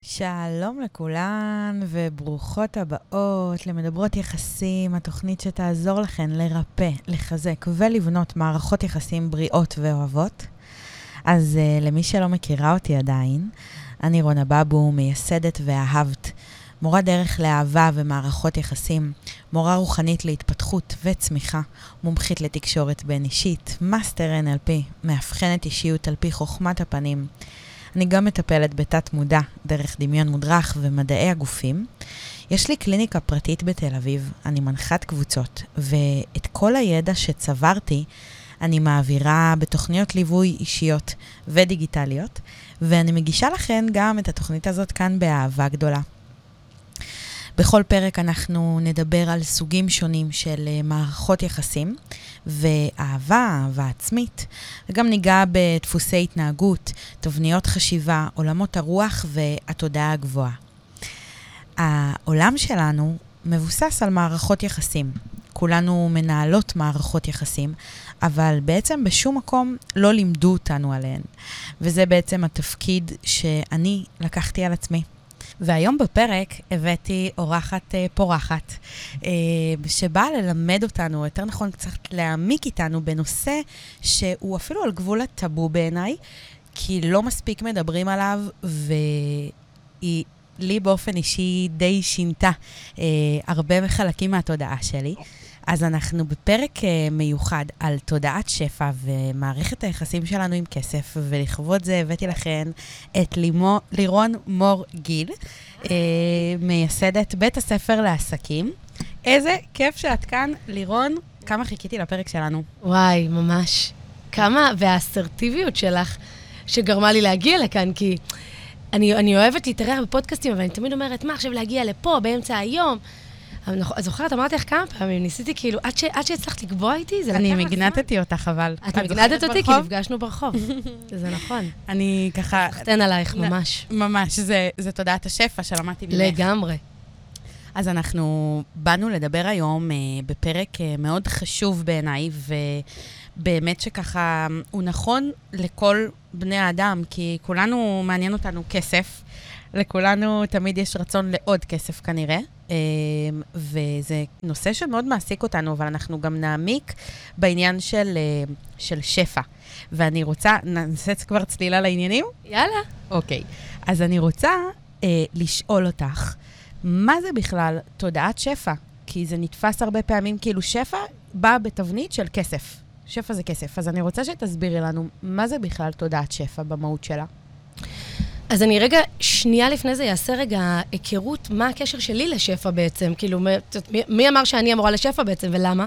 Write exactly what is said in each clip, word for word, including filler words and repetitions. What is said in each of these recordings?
שלום לכולן וברוכות הבאות למדברות יחסים, התוכנית שתעזור לכן לרפא, לחזק ולבנות מערכות יחסים בריאות ואוהבות. אז uh, למי שלא מכירה אותי עדיין, אני רונה בבו, מייסדת ואהבת, מורה דרך לאהבה ומערכות יחסים, מורה רוחנית להתפתחות וצמיחה, מומחית לתקשורת בין אישית, מאסטר אן אל פי, מאבחנת אישיות על פי חוכמת הפנים. אני גם מטפלת בתת מודע, דרך דמיון מודרך ומדעי הגופים. יש לי קליניקה פרטית בתל אביב, אני מנחת קבוצות, ואת כל הידע שצברתי אני מעבירה בתוכניות ליווי אישיות ודיגיטליות, ואני מגישה לכן גם את התוכנית הזאת כאן באהבה גדולה. בכל פרק אנחנו נדבר על סוגים שונים של מערכות יחסים, ואהבה, אהבה עצמית, וגם ניגע בדפוסי התנהגות, תבניות חשיבה, עולמות הרוח והתודעה הגבוהה. העולם שלנו מבוסס על מערכות יחסים. כולנו מנהלות מערכות יחסים, אבל בעצם בשום מקום לא לימדו אותנו עליהן. וזה בעצם התפקיד שאני לקחתי על עצמי. והיום בפרק הבאתי אורחת פורחת, שבאה ללמד אותנו, יותר נכון קצת להעמיק איתנו בנושא שהוא אפילו על גבול הטאבו בעיניי, כי לא מספיק מדברים עליו, והיא לי באופן אישי די שינתה הרבה מחלקים מהתודעה שלי. אז אנחנו בפרק מיוחד על תודעת שפע ומערכת היחסים שלנו עם כסף, ולכבוד זה הבאתי לכן את לימו, לירון מור גיל, מייסדת בית הספר לעסקים. איזה כיף שאת כאן, לירון. כמה חיכיתי לפרק שלנו. וואי, ממש. כמה, והאסרטיביות שלך שגרמה לי להגיע לכאן, כי אני, אני אוהבת להתארח בפודקאסטים, אבל אני תמיד אומרת, מה עכשיו להגיע לפה באמצע היום? אז זוכרת, אמרתי לך כמה פעמים, ניסיתי כאילו, עד, ש, עד שהצלחת לקבוע איתי, זה לקח לך זמן. אני מגנטתי אותך, אבל... את מגנטת אותי, כי נפגשנו ברחוב. זה נכון. אני ככה... תחתן עלייך, ממש. ממש, זה, זה תודעת השפע שלמדתי ממך. לגמרי. אז אנחנו באנו לדבר היום אה, בפרק אה, מאוד חשוב בעיניי, ובאמת שככה הוא נכון לכל בני האדם, כי כולנו מעניין אותנו כסף, לכולנו תמיד יש רצון לעוד כסף כנראה, וזה נושא שמאוד מעסיק אותנו, אבל אנחנו גם נעמיק בעניין של, של שפע. ואני רוצה, נעשה כבר צלילה לעניינים? יאללה. אוקיי. אז אני רוצה אה, לשאול אותך, מה זה בכלל תודעת שפע? כי זה נתפס הרבה פעמים, כאילו שפע בא בתבנית של כסף. שפע זה כסף. אז אני רוצה שתסבירי לנו, מה זה בכלל תודעת שפע במהות שלה? אז אני רגע, שנייה לפני זה יעשה רגע היכרות, מה הקשר שלי לשפע בעצם? כאילו, מי, מי אמר שאני אמורה לשפע בעצם ולמה?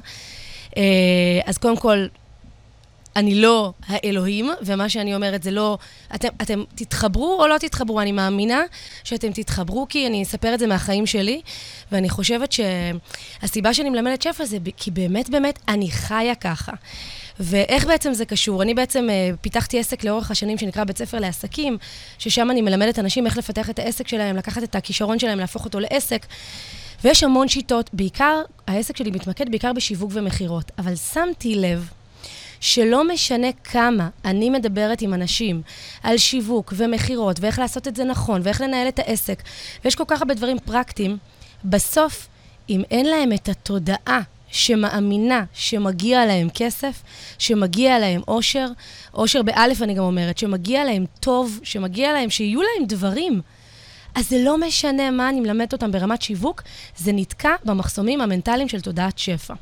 אז קודם כל, אני לא האלוהים, ומה שאני אומרת זה לא, אתם, אתם תתחברו או לא תתחברו, אני מאמינה שאתם תתחברו, כי אני אספר את זה מהחיים שלי, ואני חושבת שהסיבה שאני מלמדת שפע זה כי באמת באמת אני חיה ככה. ואיך בעצם זה קשור? אני בעצם uh, פיתחתי עסק לאורך השנים שנקרא בית ספר לעסקים, ששם אני מלמדת אנשים איך לפתח את העסק שלהם, לקחת את הכישרון שלהם, להפוך אותו לעסק, ויש המון שיטות, בעיקר, העסק שלי מתמקד בעיקר בשיווק ומחירות, אבל שמתי לב שלא משנה כמה אני מדברת עם אנשים על שיווק ומחירות, ואיך לעשות את זה נכון, ואיך לנהל את העסק, ויש כל כך הרבה דברים פרקטיים, בסוף, אם אין להם את התודעה, שמאמינה שמגיע להם כסף, שמגיע להם אושר, אושר באלף אני גם אומרת, שמגיע להם טוב, שמגיע להם, שיהיו להם דברים. אז זה לא משנה מה אני מלמדת אותם ברמת שיווק, זה נתקע במחסומים המנטליים של תודעת שפע.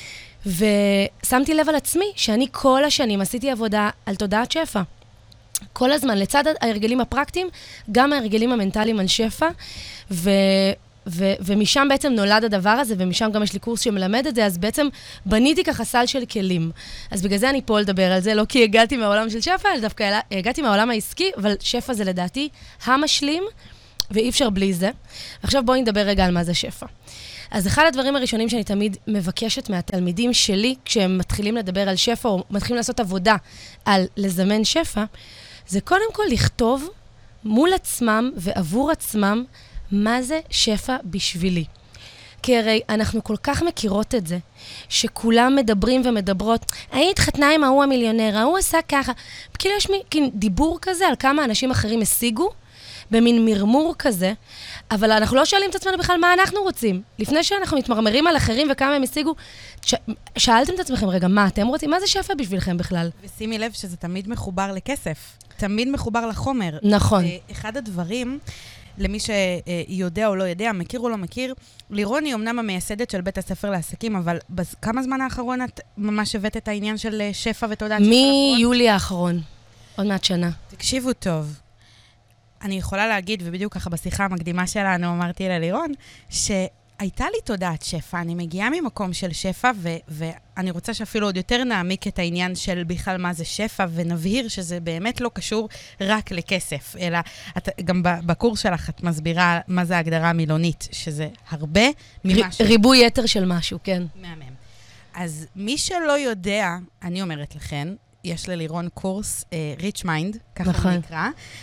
ושמתי לב על עצמי שאני כל השנים עשיתי עבודה על תודעת שפע. כל הזמן, לצד ההרגלים הפרקטיים, גם ההרגלים המנטליים על שפע, ו... ו- ומשם בעצם נולד הדבר הזה, ומשם גם יש לי קורס שמלמד את זה, אז בעצם בניתי ככה סל של כלים. אז בגלל זה אני פה לדבר על זה, לא כי הגעתי מהעולם של שפע, אלא דווקא הגעתי מהעולם העסקי, אבל שפע זה לדעתי המשלים, ואי אפשר בלי זה. עכשיו בואי נדבר רגע על מה זה שפע. אז אחד הדברים הראשונים שאני תמיד מבקשת מהתלמידים שלי, כשהם מתחילים לדבר על שפע, או מתחילים לעשות עבודה על לזמן שפע, זה קודם כל לכתוב מול עצמם ועבור עצמם, מה זה שפע בשבילי? כי הרי אנחנו כל כך מכירות את זה, שכולם מדברים ומדברות, היית התחתנה עם ההוא המיליונר, ההוא עשה ככה. כאילו יש מי, דיבור כזה על כמה אנשים אחרים השיגו, במין מרמור כזה, אבל אנחנו לא שואלים את עצמנו בכלל מה אנחנו רוצים. לפני שאנחנו מתמרמרים על אחרים וכמה הם השיגו, ש... שאלתם את עצמכם, רגע, מה אתם רוצים? מה זה שפע בשבילכם בכלל? ושימי לב שזה תמיד מחובר לכסף. תמיד מחובר לחומר. נכון. אחד הדברים, למי שיודע או לא יודע, מכיר או לא מכיר, לירון היא אמנם המייסדת של בית הספר לעסקים, אבל כמה זמן האחרון את ממש הבאת את העניין של שפע ותודעת שפע? מיולי האחרון. עוד מעט שנה. תקשיבו טוב. אני יכולה להגיד, ובדיוק ככה בשיחה המקדימה שלנו אמרתי ללירון, שהייתה לי תודעת שפע, אני מגיעה ממקום של שפע, ו- ואני רוצה שאפילו עוד יותר נעמיק את העניין של בכלל מה זה שפע, ונבהיר שזה באמת לא קשור רק לכסף, אלא את, גם בקורס שלך את מסבירה מה זה ההגדרה המילונית, שזה הרבה ממשהו. ריבוי יתר של משהו, כן. מהמם. אז מי שלא יודע, אני אומרת לכם, יש ללירון קורס uh, Rich Mind, ככה נכון. הוא נקרא,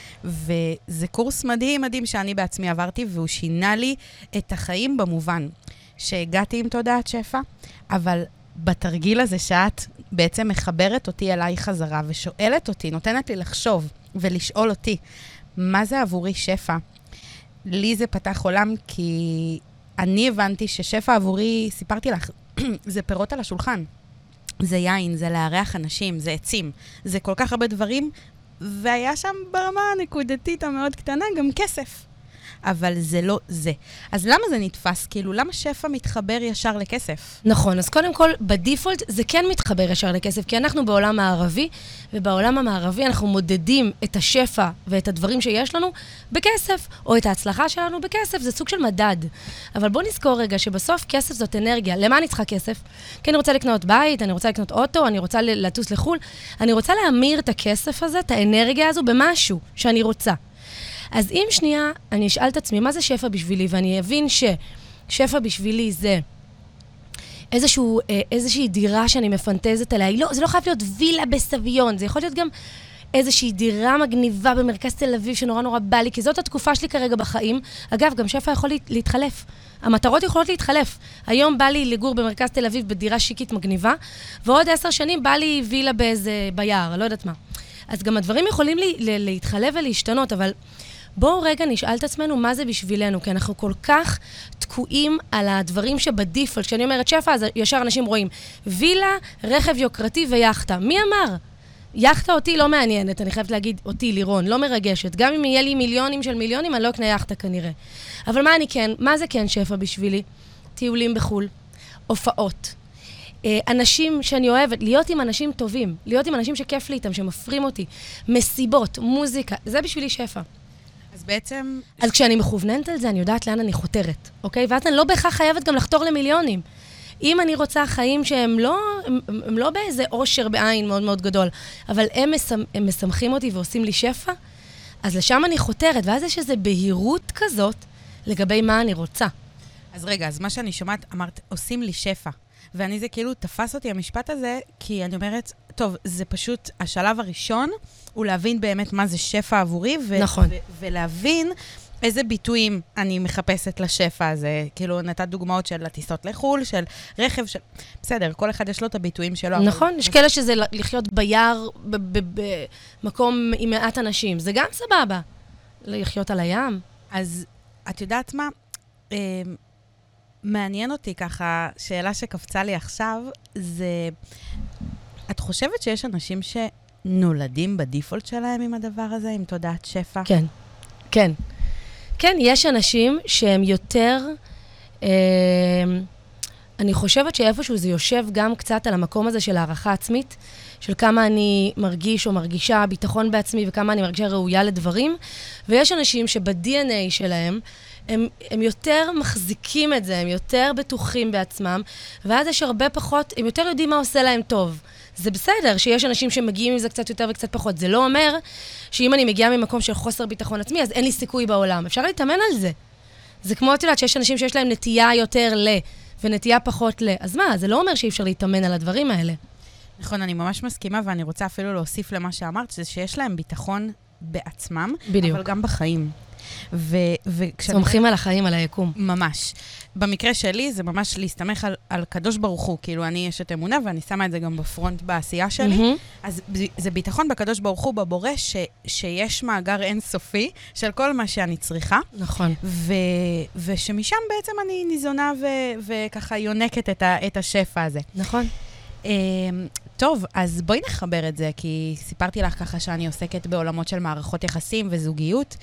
וזה קורס מדהים, מדהים שאני בעצמי עברתי, והוא שינה לי את החיים במובן שהגעתי עם תודעת שפע, אבל בתרגיל הזה שאת בעצם מחברת אותי אליי חזרה, ושואלת אותי, נותנת לי לחשוב ולשאול אותי, מה זה עבורי שפע? לי זה פתח עולם, כי אני הבנתי ששפע עבורי, סיפרתי לך, זה פירות על השולחן. זה יין, זה לארח אנשים, זה עצים, זה כל כך הרבה דברים, והיה שם ברמה הנקודתית המאוד קטנה גם כסף. אבל זה לא זה. אז למה זה נתפס? כאילו, למה שפע מתחבר ישר לכסף? נכון, אז קודם כל, בדיפולט זה כן מתחבר ישר לכסף, כי אנחנו בעולם הערבי, ובעולם המערבי אנחנו מודדים את השפע ואת הדברים שיש לנו בכסף, או את ההצלחה שלנו בכסף, זה סוג של מדד. אבל בוא נזכור רגע שבסוף כסף זאת אנרגיה. למה אני צריכה כסף? כי אני רוצה לקנות בית, אני רוצה לקנות אוטו, אני רוצה לטוס לחול, אני רוצה להמיר את הכסף הזה, את האנרגיה הזו, במשהו שאני רוצה. אז אם שנייה, אני אשאל את עצמי, מה זה שפע בשבילי? ואני אבין ששפע בשבילי זה איזשהו, איזושהי דירה שאני מפנטזת עליה. לא, זה לא חייב להיות וילה בסביון, זה יכול להיות גם איזושהי דירה מגניבה במרכז תל אביב שנורא נורא בא לי, כי זאת התקופה שלי כרגע בחיים. אגב, גם שפע יכול להתחלף. המטרות יכולות להתחלף. היום בא לי לגור במרכז תל אביב בדירה שיקית מגניבה, ועוד עשר שנים בא לי וילה באיזה ביער, לא יודעת מה. אז גם הדברים יכולים לי, להתחלף ולהשתנות, אבל בואו רגע נשאל את עצמנו מה זה בשבילנו, כי אנחנו כל כך תקועים על הדברים שבדיפולט. כשאני אומרת שפע, אז ישר אנשים רואים וילה, רכב יוקרתי ויחטה. מי אמר? יחטה אותי לא מעניינת, אני חייבת להגיד אותי, לירון, לא מרגשת. גם אם יהיה לי מיליונים של מיליונים, אני לא אקנה יחטה כנראה. אבל מה אני כן, מה זה כן שפע בשבילי? טיולים בחול, הופעות. אנשים שאני אוהבת, להיות עם אנשים טובים, להיות עם אנשים שכיף לי איתם, שמפרים אותי, מסיבות, מוזיקה, זה בשבילי שפע. אז בעצם... אז כשאני מכווננת על זה, אני יודעת לאן אני חותרת, אוקיי? ואז אני לא בהכרח חייבת גם לחתור למיליונים. אם אני רוצה חיים שהם לא, הם, הם לא באיזה עושר בעין מאוד מאוד גדול, אבל הם, מסמ, הם מסמכים אותי ועושים לי שפע, אז לשם אני חותרת, ואז יש איזו בהירות כזאת לגבי מה אני רוצה. אז רגע, אז מה שאני שומעת, אמרת, עושים לי שפע. ואני זה כאילו תפס אותי המשפט הזה, כי אני אומרת, טוב, זה פשוט השלב הראשון, הוא להבין באמת מה זה שפע עבורי, ו- נכון. ו- ולהבין איזה ביטויים אני מחפשת לשפע הזה. כאילו, נתת דוגמאות של הטיסות לחול, של רכב, של... בסדר, כל אחד יש לו את הביטויים שלו. נכון, אבל... יש כאלה שזה לחיות ביער, במקום עם מעט אנשים. זה גם סבבה, לחיות על הים. אז את יודעת מה? מעניין אותי ככה, שאלה שקפצה לי עכשיו, זה, את חושבת שיש אנשים שנולדים בדיפולט שלהם עם הדבר הזה, עם תודעת שפע? כן, כן. כן, יש אנשים שהם יותר, אה, אני חושבת שאיפשהו זה יושב גם קצת על המקום הזה של הערכה עצמית, של כמה אני מרגיש או מרגישה ביטחון בעצמי, וכמה אני מרגישה ראויה לדברים, ויש אנשים שב-די אן איי שלהם, הם, הם יותר מחזיקים את זה, הם יותר בטוחים בעצמם, ואז יש הרבה פחות, הם יותר יודעים מה עושה להם טוב. זה בסדר שיש אנשים שמגיעים עם זה קצת יותר וקצת פחות. זה לא אומר שאם אני מגיעה ממקום של חוסר ביטחון עצמי, אז אין לי סיכוי בעולם. אפשר להתאמן על זה. זה כמו, את יודעת, שיש אנשים שיש להם נטייה יותר ל, ונטייה פחות ל. אז מה? זה לא אומר שאי אפשר להתאמן על הדברים האלה. נכון, אני ממש מסכימה, ואני רוצה אפילו להוסיף למה שאמרת, זה שיש להם ביטחון בעצמם, בדיוק. אבל גם בחיים. צומחים על החיים, על היקום. ממש. במקרה שלי זה ממש להסתמך על, על קדוש ברוך הוא, כאילו אני אשת אמונה ואני שמה את זה גם בפרונט בעשייה שלי, mm-hmm. אז זה ביטחון בקדוש ברוך הוא בבורא ש, שיש מאגר אינסופי של כל מה שאני צריכה. נכון. ו, ושמשם בעצם אני ניזונה ו, וככה יונקת את, ה, את השפע הזה. נכון. Um, טוב, אז בואי נחבר את זה, כי סיפרתי לך ככה שאני עוסקת בעולמות של מערכות יחסים וזוגיות,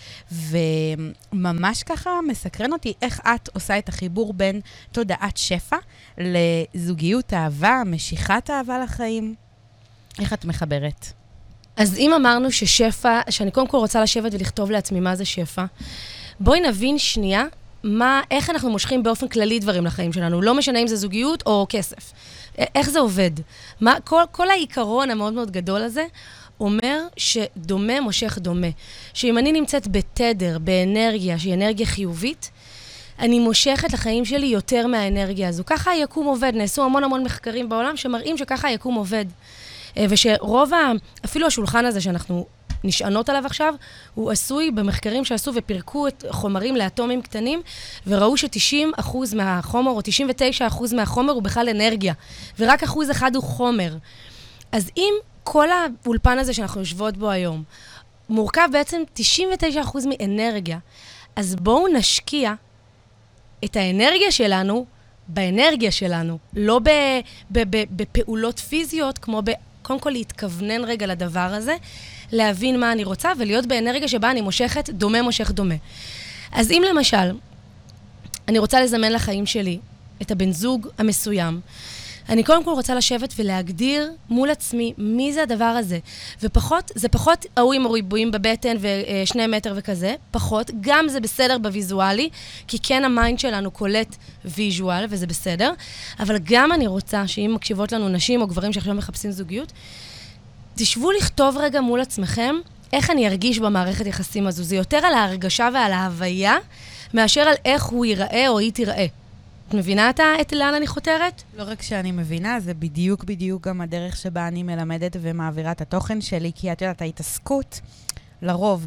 וממש ככה מסקרן אותי איך את עושה את החיבור בין תודעת שפע לזוגיות אהבה, משיכת אהבה לחיים. איך את מחברת? אז אם אמרנו ששפע, שאני קודם כל רוצה לשבת ולכתוב לעצמי מה זה שפע, בואי נבין שנייה מה, איך אנחנו מושכים באופן כללי דברים לחיים שלנו, לא משנה אם זה זוגיות או כסף. איך זה עובד? מה, כל, כל העיקרון המאוד מאוד גדול הזה אומר שדומה מושך דומה. שאם אני נמצאת בתדר, באנרגיה, שהיא אנרגיה חיובית, אני מושכת לחיים שלי יותר מהאנרגיה הזו. ככה היקום עובד. נעשו המון המון מחקרים בעולם שמראים שככה היקום עובד. ושרוב, ה, אפילו השולחן הזה שאנחנו נשענות עליו עכשיו, הוא עשוי במחקרים שעשו ופירקו את חומרים לאטומים קטנים, וראו ש-תשעים אחוז מהחומר, או תשעים ותשעה אחוז מהחומר הוא בכלל אנרגיה, ורק אחוז אחד הוא חומר. אז אם כל האולפן הזה שאנחנו יושבות בו היום, מורכב בעצם תשעים ותשעה אחוז מאנרגיה, אז בואו נשקיע את האנרגיה שלנו באנרגיה שלנו, לא ב- ב- ב- בפעולות פיזיות, כמו ב... קודם כל להתכוונן רגע לדבר הזה, להבין מה אני רוצה, ולהיות באנרגיה שבה אני מושכת, דומה מושך דומה. אז אם למשל, אני רוצה לזמן לחיים שלי את הבן זוג המסוים, אני קודם כל רוצה לשבת ולהגדיר מול עצמי מי זה הדבר הזה. ופחות, זה פחות ההוא עם הריבועים בבטן ושני מטר וכזה, פחות, גם זה בסדר בוויזואלי, כי כן המיינד שלנו קולט ויז'ואל, וזה בסדר, אבל גם אני רוצה שאם מקשיבות לנו נשים או גברים שעכשיו מחפשים זוגיות, תשבו לכתוב רגע מול עצמכם איך אני ארגיש במערכת יחסים הזו. זה יותר על ההרגשה ועל ההוויה, מאשר על איך הוא ייראה או היא תיראה. את מבינה את, את לאן אני חותרת? לא רק שאני מבינה, זה בדיוק בדיוק גם הדרך שבה אני מלמדת ומעבירה את התוכן שלי, כי את יודעת, ההתעסקות לרוב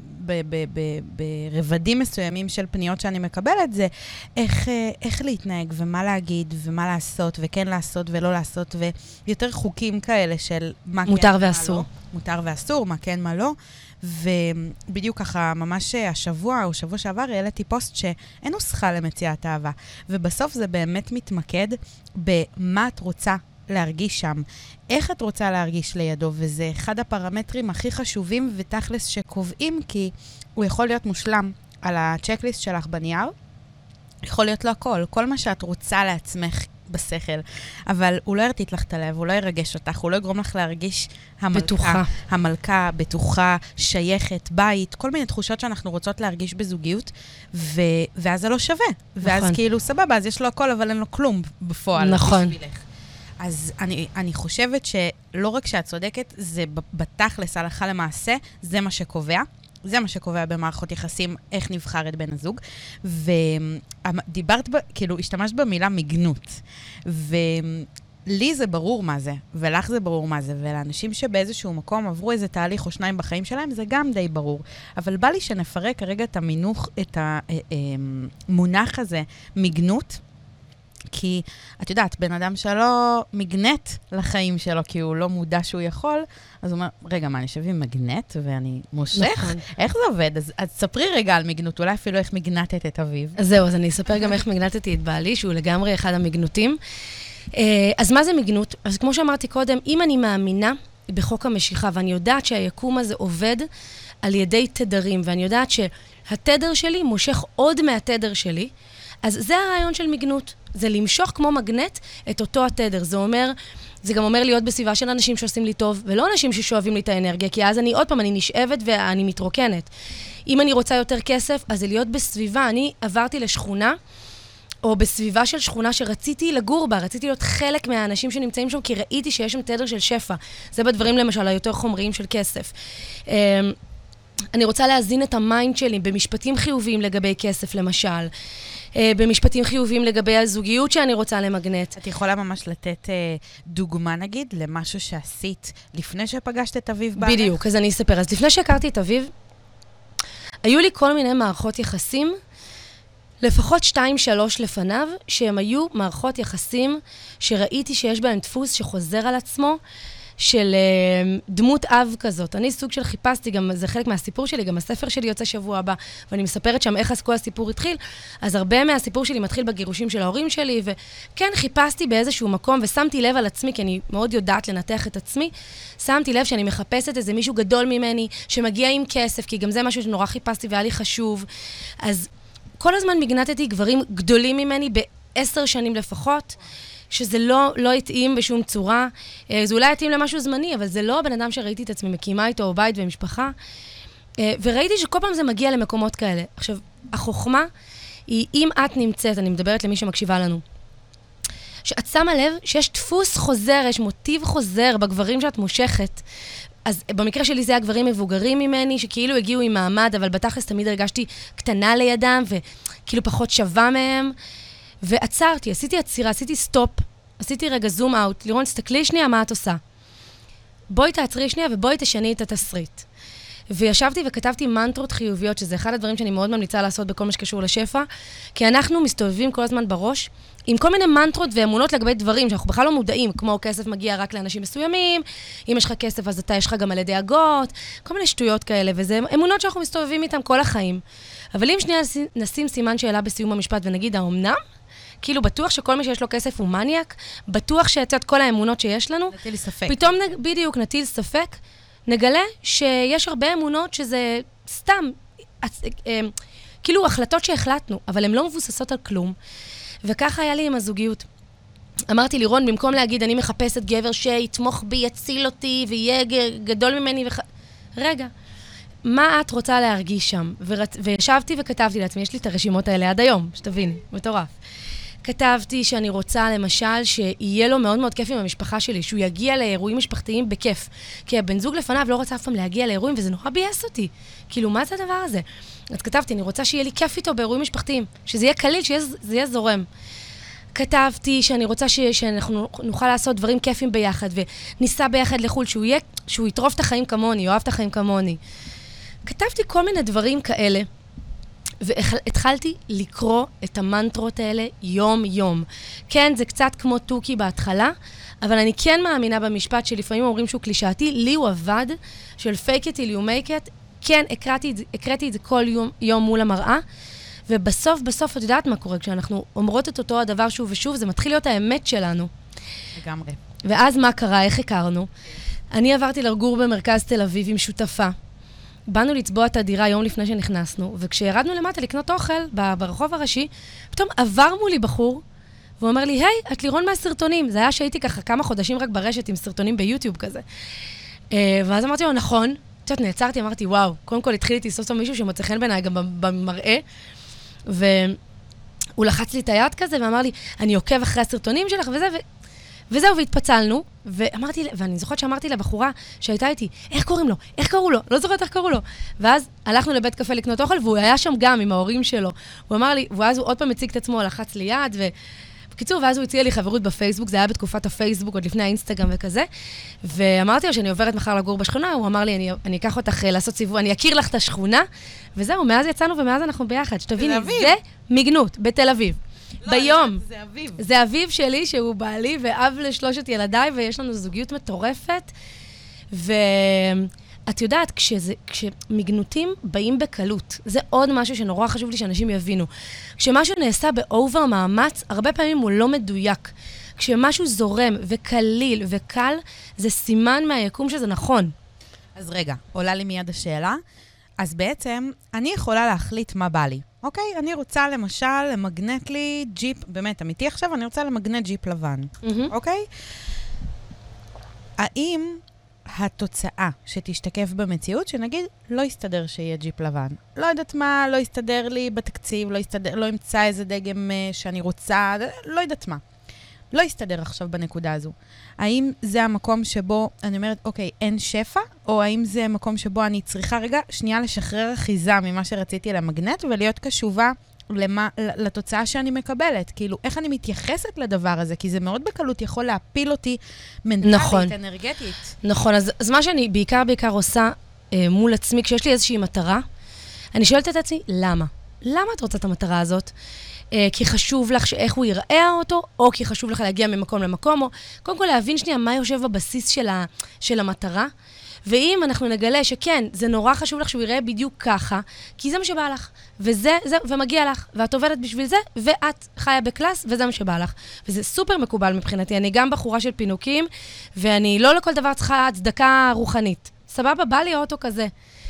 ברבדים מסוימים של פניות שאני מקבלת, זה איך, איך להתנהג ומה להגיד ומה לעשות וכן לעשות ולא לעשות, ויותר חוקים כאלה של מה מותר כן, ואסור. מה לא. מותר ואסור, מה כן, מה לא. ובדיוק ככה, ממש השבוע או שבוע שעבר, העליתי פוסט שאין נוסחה למציאת אהבה. ובסוף זה באמת מתמקד במה את רוצה להרגיש שם. איך את רוצה להרגיש לידו, וזה אחד הפרמטרים הכי חשובים ותכלס שקובעים, כי הוא יכול להיות מושלם על הצ'קליסט שלך בנייר, יכול להיות לו הכל, כל מה שאת רוצה לעצמך בשכל, אבל הוא לא ירטיט לך את הלב, הוא לא ירגש אותך, הוא לא יגרום לך להרגיש המלכה, בטוחה. המלכה, בטוחה, שייכת, בית, כל מיני תחושות שאנחנו רוצות להרגיש בזוגיות, ו- ואז זה לא שווה. נכון. ואז כאילו סבבה, אז יש לו הכל, אבל אין לו כלום בפועל. נכון. בשבילך. אז אני, אני חושבת שלא רק שאת צודקת, זה בתכלס, הלכה למעשה, זה מה שקובע. זה מה שקובע במערכות יחסים, איך נבחר את בן הזוג. ודיברת, כאילו, השתמשת במילה מגנות. ולי זה ברור מה זה, ולך זה ברור מה זה, ולאנשים שבאיזשהו מקום עברו איזה תהליך או שניים בחיים שלהם, זה גם די ברור. אבל בא לי שנפרק כרגע את המינוח, את המונח הזה, מגנות, כי את יודעת, בן אדם שלא מגנט לחיים שלו, כי הוא לא מודע שהוא יכול, אז הוא אומר, רגע, מה, אני אשב עם מגנט ואני מושך? נכון. איך זה עובד? אז, אז ספרי רגע על מגנות, אולי אפילו איך מגנטת את אביב. אז זהו, אז אני אספר גם איך מגנטתי את בעלי, שהוא לגמרי אחד המגנותים. אז מה זה מגנות? אז כמו שאמרתי קודם, אם אני מאמינה בחוק המשיכה, ואני יודעת שהיקום הזה עובד על ידי תדרים, ואני יודעת שהתדר שלי מושך עוד מהתדר שלי, אז זה הרעיון של מגנות. זה למשוך כמו מגנט את אותו התדר. זה אומר, זה גם אומר להיות בסביבה של אנשים שעושים לי טוב, ולא אנשים ששואבים לי את האנרגיה, כי אז אני עוד פעם, אני נשאבת ואני מתרוקנת. אם אני רוצה יותר כסף, אז זה להיות בסביבה. אני עברתי לשכונה, או בסביבה של שכונה שרציתי לגור בה, רציתי להיות חלק מהאנשים שנמצאים שם, כי ראיתי שיש שם תדר של שפע. זה בדברים למשל, היותר חומריים של כסף. אני רוצה להזין את המיינד שלי במשפטים חיוביים לגבי כסף, למשל. במשפטים חיוביים לגבי הזוגיות שאני רוצה למגנט. את יכולה ממש לתת דוגמה, נגיד, למשהו שעשית לפני שפגשת את אביב בערך? בדיוק, אז אני אספר. אז לפני שהכרתי את אביב, היו לי כל מיני מערכות יחסים, לפחות שתיים, שלוש לפניו, שהם היו מערכות יחסים שראיתי שיש בהם דפוס שחוזר על עצמו, של uh, דמות אב כזאת. אני סוג של חיפשתי, גם זה חלק מהסיפור שלי, גם הספר שלי יוצא שבוע הבא, ואני מספרת שם איך כל הסיפור התחיל, אז הרבה מהסיפור שלי מתחיל בגירושים של ההורים שלי, וכן, חיפשתי באיזשהו מקום, ושמתי לב על עצמי, כי אני מאוד יודעת לנתח את עצמי, שמתי לב שאני מחפשת איזה מישהו גדול ממני, שמגיע עם כסף, כי גם זה משהו שנורא חיפשתי והיה לי חשוב. אז כל הזמן מגנתתי גברים גדולים ממני בעשר שנים לפחות, שזה לא, לא התאים בשום צורה. זה אולי התאים למשהו זמני, אבל זה לא הבן אדם שראיתי את עצמי מקימה איתו, או בית ומשפחה. וראיתי שכל פעם זה מגיע למקומות כאלה. עכשיו, החוכמה היא, אם את נמצאת, אני מדברת למי שמקשיבה לנו, שאת שמה לב שיש דפוס חוזר, יש מוטיב חוזר בגברים שאת מושכת. אז במקרה שלי זה הגברים מבוגרים ממני, שכאילו הגיעו עם מעמד, אבל בתכלס תמיד הרגשתי קטנה לידם, וכאילו פחות שווה מהם. ועצרתי, עשיתי עצירה, עשיתי סטופ, עשיתי רגע זום אאוט, לירון, תסתכלי שנייה מה את עושה. בואי תעצרי שנייה ובואי תשני את התסריט. וישבתי וכתבתי מנטרות חיוביות, שזה אחד הדברים שאני מאוד ממליצה לעשות בכל מה שקשור לשפע, כי אנחנו מסתובבים כל הזמן בראש, עם כל מיני מנטרות ואמונות לגבי דברים שאנחנו בכלל לא מודעים, כמו כסף מגיע רק לאנשים מסוימים, אם יש לך כסף אז אתה יש לך גם על ידי דאגות, כל מיני שטויות כאלה, וזה אמונות שאנחנו מסתובבים איתם כל החיים. אבל אם שנייה נשים סימן שאלה בסיום המשפט ונגיד, האומנם? כאילו בטוח שכל מי שיש לו כסף הוא מניאק, בטוח שיצאת כל האמונות שיש לנו. נטיל ספק. פתאום נ... בדיוק נטיל ספק, נגלה שיש הרבה אמונות שזה סתם, כאילו החלטות שהחלטנו, אבל הן לא מבוססות על כלום. וככה היה לי עם הזוגיות. אמרתי לירון, במקום להגיד, אני מחפשת גבר שיתמוך בי, יציל אותי, ויהיה גדול ממני, וח... רגע, מה את רוצה להרגיש שם? ורצ... וישבתי וכתבתי לעצמי, יש לי את הרשימות האלה עד היום, שתביני, מטורף. כתבתי שאני רוצה, למשל, שיהיה לו מאוד מאוד כיף עם המשפחה שלי, שהוא יגיע לאירועים משפחתיים בכיף. כי הבן זוג לפניו לא רצה אף פעם להגיע לאירועים, וזה נורא בייס אותי. כאילו, מה זה הדבר הזה? אז כתבתי, אני רוצה שיהיה לי כיף איתו באירועים משפחתיים, שזה יהיה קליל, שזה יהיה זורם. כתבתי שאני רוצה ש... שאנחנו נוכל לעשות דברים כיפים ביחד, וניסע ביחד לחול, שהוא יהיה... שהוא יטרוף את החיים כמוני, יאהב את החיים כמוני. כתבתי כל מיני דברים כאלה, והתחלתי לקרוא את המנטרות האלה יום-יום. כן, זה קצת כמו טוקי בהתחלה, אבל אני כן מאמינה במשפט שלפעמים אומרים שהוא קלישאתי, לי הוא עבד, של fake it till you make it, כן, הקראתי, הקראתי את זה כל יום, יום מול המראה, ובסוף, בסוף, את יודעת מה קורה? כשאנחנו אומרות את אותו הדבר שוב ושוב, זה מתחיל להיות האמת שלנו. לגמרי. ואז מה קרה? איך הכרנו? אני עברתי לגור במרכז תל אביב עם שותפה, באנו לצבוע את הדירה יום לפני שנכנסנו, וכשירדנו למטה לקנות אוכל ברחוב הראשי, פתאום עבר מולי בחור, והוא אומר לי, היי, את לירון מהסרטונים. זה היה שהייתי ככה כמה חודשים רק ברשת עם סרטונים ביוטיוב כזה. ואז אמרתי לו, נכון, קצת נעצרתי, אמרתי, וואו, קודם כל התחיל איתי סוף סוף מישהו שמוצא חן בעיניי גם במראה, והוא לחץ לי את היד כזה, ואמר לי, אני עוקב אחרי הסרטונים שלך וזה, ו... וזהו, והתפצלנו, ואמרתי, ואני זוכרת שאמרתי לבחורה שהייתה איתי, איך קוראים לו? איך קראו לו? לא זוכרת איך קראו לו. ואז הלכנו לבית קפה לקנות אוכל, והוא היה שם גם עם ההורים שלו. הוא אמר לי, ואז הוא עוד פעם הציג את עצמו, לחץ לי יד, ובקיצור, ואז הוא הציע לי חברות בפייסבוק, זה היה בתקופת הפייסבוק, עוד לפני האינסטגרם וכזה, ואמרתי לו שאני עוברת מחר לגור בשכונה, הוא אמר לי, אני, אני אקח אותך לעשות סיבוב, אני אכיר לך את השכונה, וזהו, מאז יצאנו ומאז אנחנו ביחד. שתביני, זה מגנות, בתל אביב. ביום. זה אביב. זה אביב שלי, שהוא בעלי ואב לשלושת ילדיי, ויש לנו זוגיות מטורפת. ואת יודעת, כשזה, כשמגנותים באים בקלות, זה עוד משהו שנורא חשוב לי שאנשים יבינו. כשמשהו נעשה באובר מאמץ, הרבה פעמים הוא לא מדויק. כשמשהו זורם וקליל וקל, זה סימן מהיקום שזה נכון. אז רגע, עולה לי מיד השאלה. אז בעצם, אני יכולה להחליט מה בא לי. אוקיי? אני רוצה למשל למגנט לי ג'יפ, באמת, אמיתי עכשיו, אני רוצה למגנט ג'יפ לבן. אוקיי? האם התוצאה שתשתקף במציאות, שנגיד, לא יסתדר שיהיה ג'יפ לבן. לא יודעת מה, לא יסתדר לי בתקציב, לא יסתדר, לא ימצא איזה דגם שאני רוצה, לא יודעת מה. לא יסתדר עכשיו בנקודה הזו. האם זה המקום שבו, אני אומרת, אוקיי, אין שפע, או האם זה המקום שבו אני צריכה רגע שנייה לשחרר אחיזה ממה שרציתי למגנט, ולהיות קשובה למה, לתוצאה שאני מקבלת. כאילו, איך אני מתייחסת לדבר הזה? כי זה מאוד בקלות יכול להפיל אותי מנטלית, נכון. אנרגטית. נכון, אז, אז מה שאני בעיקר בעיקר עושה אה, מול עצמי, כשיש לי איזושהי מטרה, אני שואלת את עצמי, למה? למה את רוצה את המטרה הזאת? אה, כי חשוב לך איך הוא יראה אותו, או כי חשוב לך להגיע ממקום למקום, או קודם כל להבין שנייה מה יושב בבסיס של, ה, של המטרה, ואם אנחנו נגלה שכן, זה נורא חשוב לך שהוא יראה בדיוק ככה, כי זה מה שבא לך, וזה, זה, ומגיע לך, ואת עובדת בשביל זה, ואת חיה בקלאס, וזה מה שבא לך. וזה סופר מקובל מבחינתי. אני גם בחורה של פינוקים, ואני לא לכל דבר צריכה הצדקה רוחנית. סבבה, בא לי אוטו כזה.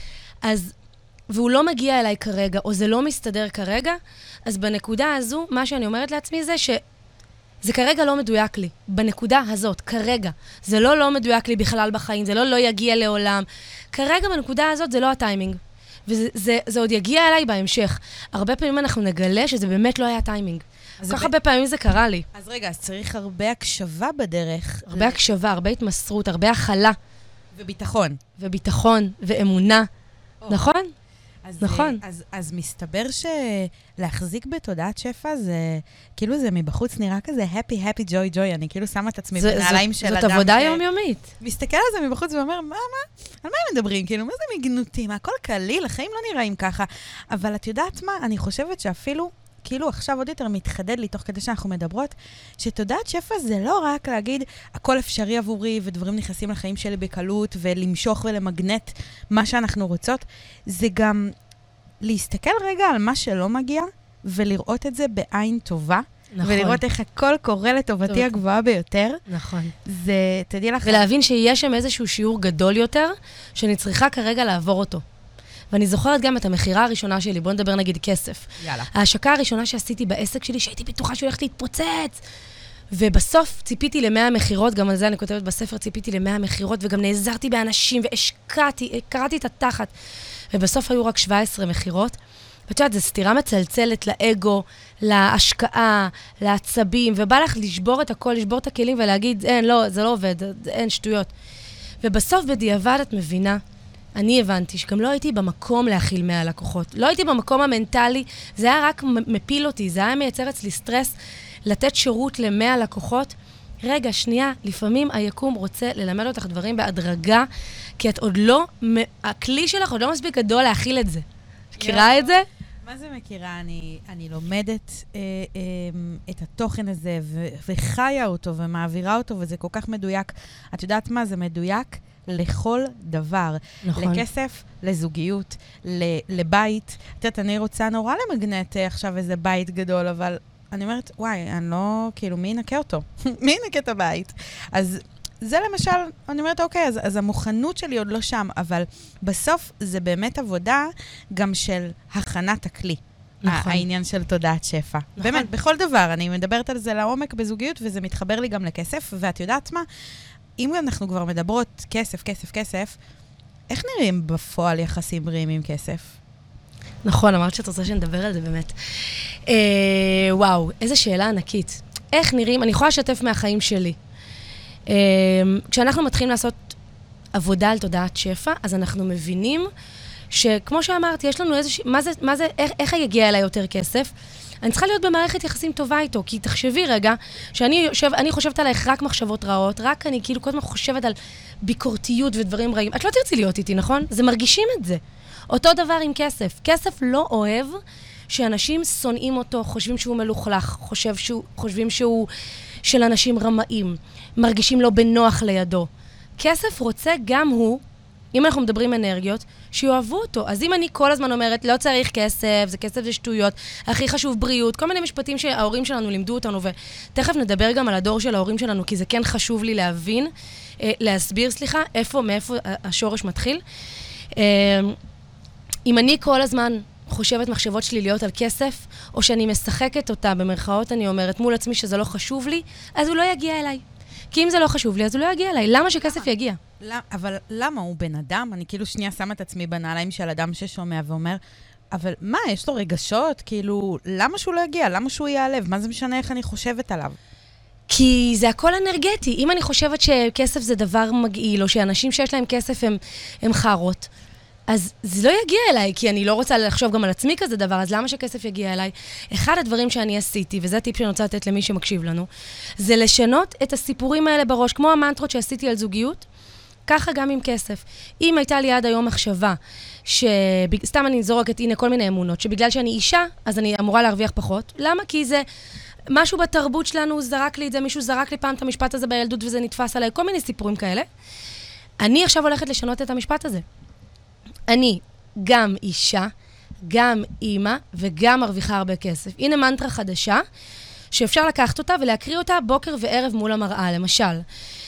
אז, והוא לא מגיע אליי כרגע, או זה לא מסתדר כרגע, אז בנקודה הזו, מה שאני אומרת לעצמי זה ש... זה כרגע לא מדויק לי, בנקודה הזאת, כרגע. זה לא לא מדויק לי בכלל בחיים, זה לא לא יגיע לעולם. כרגע בנקודה הזאת זה לא הטיימינג. וזה זה, זה עוד יגיע אליי בהמשך. הרבה פעמים אנחנו נגלה שזה באמת לא היה טיימינג. כל כך הרבה פעמים זה קרה לי. אז רגע, אז צריך הרבה הקשבה בדרך. הרבה הקשבה, הרבה התמסרות, הרבה הכלה. וביטחון. וביטחון, ואמונה. נכון? אז, נכון. אז, אז מסתבר שלהחזיק בתודעת שפע זה, כאילו זה מבחוץ נראה כזה happy, happy, joy, joy. אני כאילו שמה את עצמי בנעליים של אדם. זאת עבודה יומיומית. מסתכל על זה מבחוץ ואומר, מה, מה? על מה הם מדברים? כאילו, מה זה מגנותים? הכל קליל, החיים לא נראים ככה. אבל את יודעת מה? אני חושבת שאפילו, כאילו עכשיו עוד יותר מתחדד לי תוך כדי שאנחנו מדברות, שתודעת שפע זה לא רק להגיד, הכל אפשרי עבורי ודברים נכנסים לחיים שלי בקלות ולמשוך ולמגנט מה שאנחנו רוצות. זה גם להסתכל רגע על מה שלא מגיע ולראות את זה בעין טובה. נכון. ולראות איך הכל קורה לטובתי טוב. הגבוהה ביותר. נכון. זה, תדעי לך... ולהבין שיש שם איזשהו שיעור גדול יותר, שאני צריכה כרגע לעבור אותו. ואני זוכרת גם את המחירה הראשונה שלי, בוא נדבר נגיד כסף. יאללה. ההשקה הראשונה שעשיתי בעסק שלי, שהייתי בטוחה שהולכת להתפוצץ. ובסוף ציפיתי למאה מחירות, גם על זה אני כותבת בספר, ציפיתי למאה מחירות, וגם נעזרתי באנשים, והשקעתי, קראתי את התחת. ובסוף היו רק שבע עשרה מחירות. ואת יודעת, זו סתירה מצלצלת לאגו, להשקעה, לעצבים, ובא לך לשבור את הכל, לשבור את הכלים ולהגיד, אין, לא, זה לא עובד, אין שטויות. ובסוף בדיעבד את מבינה, אני הבנתי שגם לא הייתי במקום להכיל מאה לקוחות. לא הייתי במקום המנטלי, זה היה רק מפיל אותי, זה היה מייצר אצלי סטרס, לתת שירות למאה לקוחות. רגע, שנייה, לפעמים היקום רוצה ללמד אותך דברים בהדרגה, כי את עוד לא, הכלי שלך עוד לא מספיק גדול להכיל את זה. מכירה את זה? מה זה מכירה? אני, אני לומדת אה, אה, את התוכן הזה ו- וחיה אותו ומעבירה אותו, וזה כל כך מדויק. את יודעת מה? זה מדויק לכל דבר. נכון. לכסף, לזוגיות, לבית. את יודעת, אני רוצה נורא למגנט עכשיו איזה בית גדול, אבל אני אומרת, וואי, אני לא, כאילו, מי ינקה אותו? מי ינקה את הבית? אז זה למשל, אני אומרת, אוקיי, אז, אז המוכנות שלי עוד לא שם, אבל בסוף זה באמת עבודה גם של הכנת הכלי. נכון. העניין של תודעת שפע. נכון. באמת, בכל דבר, אני מדברת על זה לעומק בזוגיות, וזה מתחבר לי גם לכסף, ואת יודעת מה? אם אנחנו כבר מדברות כסף, כסף, כסף, איך נראים בפועל יחסים בריאים עם כסף? נכון, אמרת שאת רוצה שנדבר על זה באמת. אה, וואו, איזו שאלה ענקית. איך נראים, אני יכולה לשתף מהחיים שלי. אה, כשאנחנו מתחילים לעשות עבודה על תודעת שפע, אז אנחנו מבינים שכמו שאמרתי, יש לנו איזושהי, מה זה, מה זה, איך, איך יגיע אליי יותר כסף? אני צריכה להיות במערכת יחסים טובה איתו, כי תחשבי רגע, שאני יושב, אני חושבת עלייך רק מחשבות רעות, רק אני כאילו כל הזמן חושבת על ביקורתיות ודברים רעים. את לא תרצי להיות איתי, נכון? זה מרגישים את זה. אותו דבר עם כסף. כסף לא אוהב שאנשים שונאים אותו, חושבים שהוא מלוכלך, חושב שהוא, חושבים שהוא של אנשים רמאים, מרגישים לו בנוח לידו. כסף רוצה גם הוא, אם אנחנו מדברים אנרגיות, שיאהבו אותו. אז אם אני כל הזמן אומרת, לא צריך כסף, זה כסף זה שטויות, הכי חשוב בריאות, כל מיני משפטים שההורים שלנו לימדו אותנו, ותכף נדבר גם על הדור של ההורים שלנו, כי זה כן חשוב לי להבין, להסביר, סליחה, איפה, מאיפה השורש מתחיל. אם אני כל הזמן חושבת מחשבות שליליות על כסף, או שאני משחקת אותה, במרכאות אני אומרת, מול עצמי שזה לא חשוב לי, אז הוא לא יגיע אליי. כי אם זה לא חשוב לי, אז הוא לא יגיע אליי. למה שכסף יגיע? אבל למה? הוא בן אדם? אני כאילו שנייה שמה את עצמי בנעליים של אדם ששומע ואומר, אבל מה, יש לו רגשות? כאילו, למה שהוא לא יגיע? למה שהוא ייעלב? מה זה משנה איך אני חושבת עליו? כי זה הכל אנרגטי. אם אני חושבת שכסף זה דבר מגעיל, או שאנשים שיש להם כסף הם, הם חרות, אז זה לא יגיע אליי, כי אני לא רוצה לחשוב גם על עצמי כזה דבר, אז למה שכסף יגיע אליי? אחד הדברים שאני עשיתי, וזה הטיפ שאני רוצה לתת למי שמקשיב לנו, זה לשנות את הסיפורים האלה בראש, כמו המנטרות שעשיתי על זוגיות, ככה גם עם כסף. אם הייתה לי עד היום מחשבה, שסתם אני זורקת, הנה כל מיני אמונות, שבגלל שאני אישה, אז אני אמורה להרוויח פחות. למה? כי זה משהו בתרבות שלנו, זרק לי את זה, מישהו זרק לי פעם את המשפט הזה בילדות, וזה נתפס עליי, כל מיני סיפורים כאלה. אני עכשיו הולכת לשנות את המשפט הזה. אני גם אישה, גם אימא, וגם מרוויחה הרבה כסף. הנה מנטרה חדשה, שאפשר לקחת אותה ולהקריא אותה בוקר וערב מול המראה, למשל.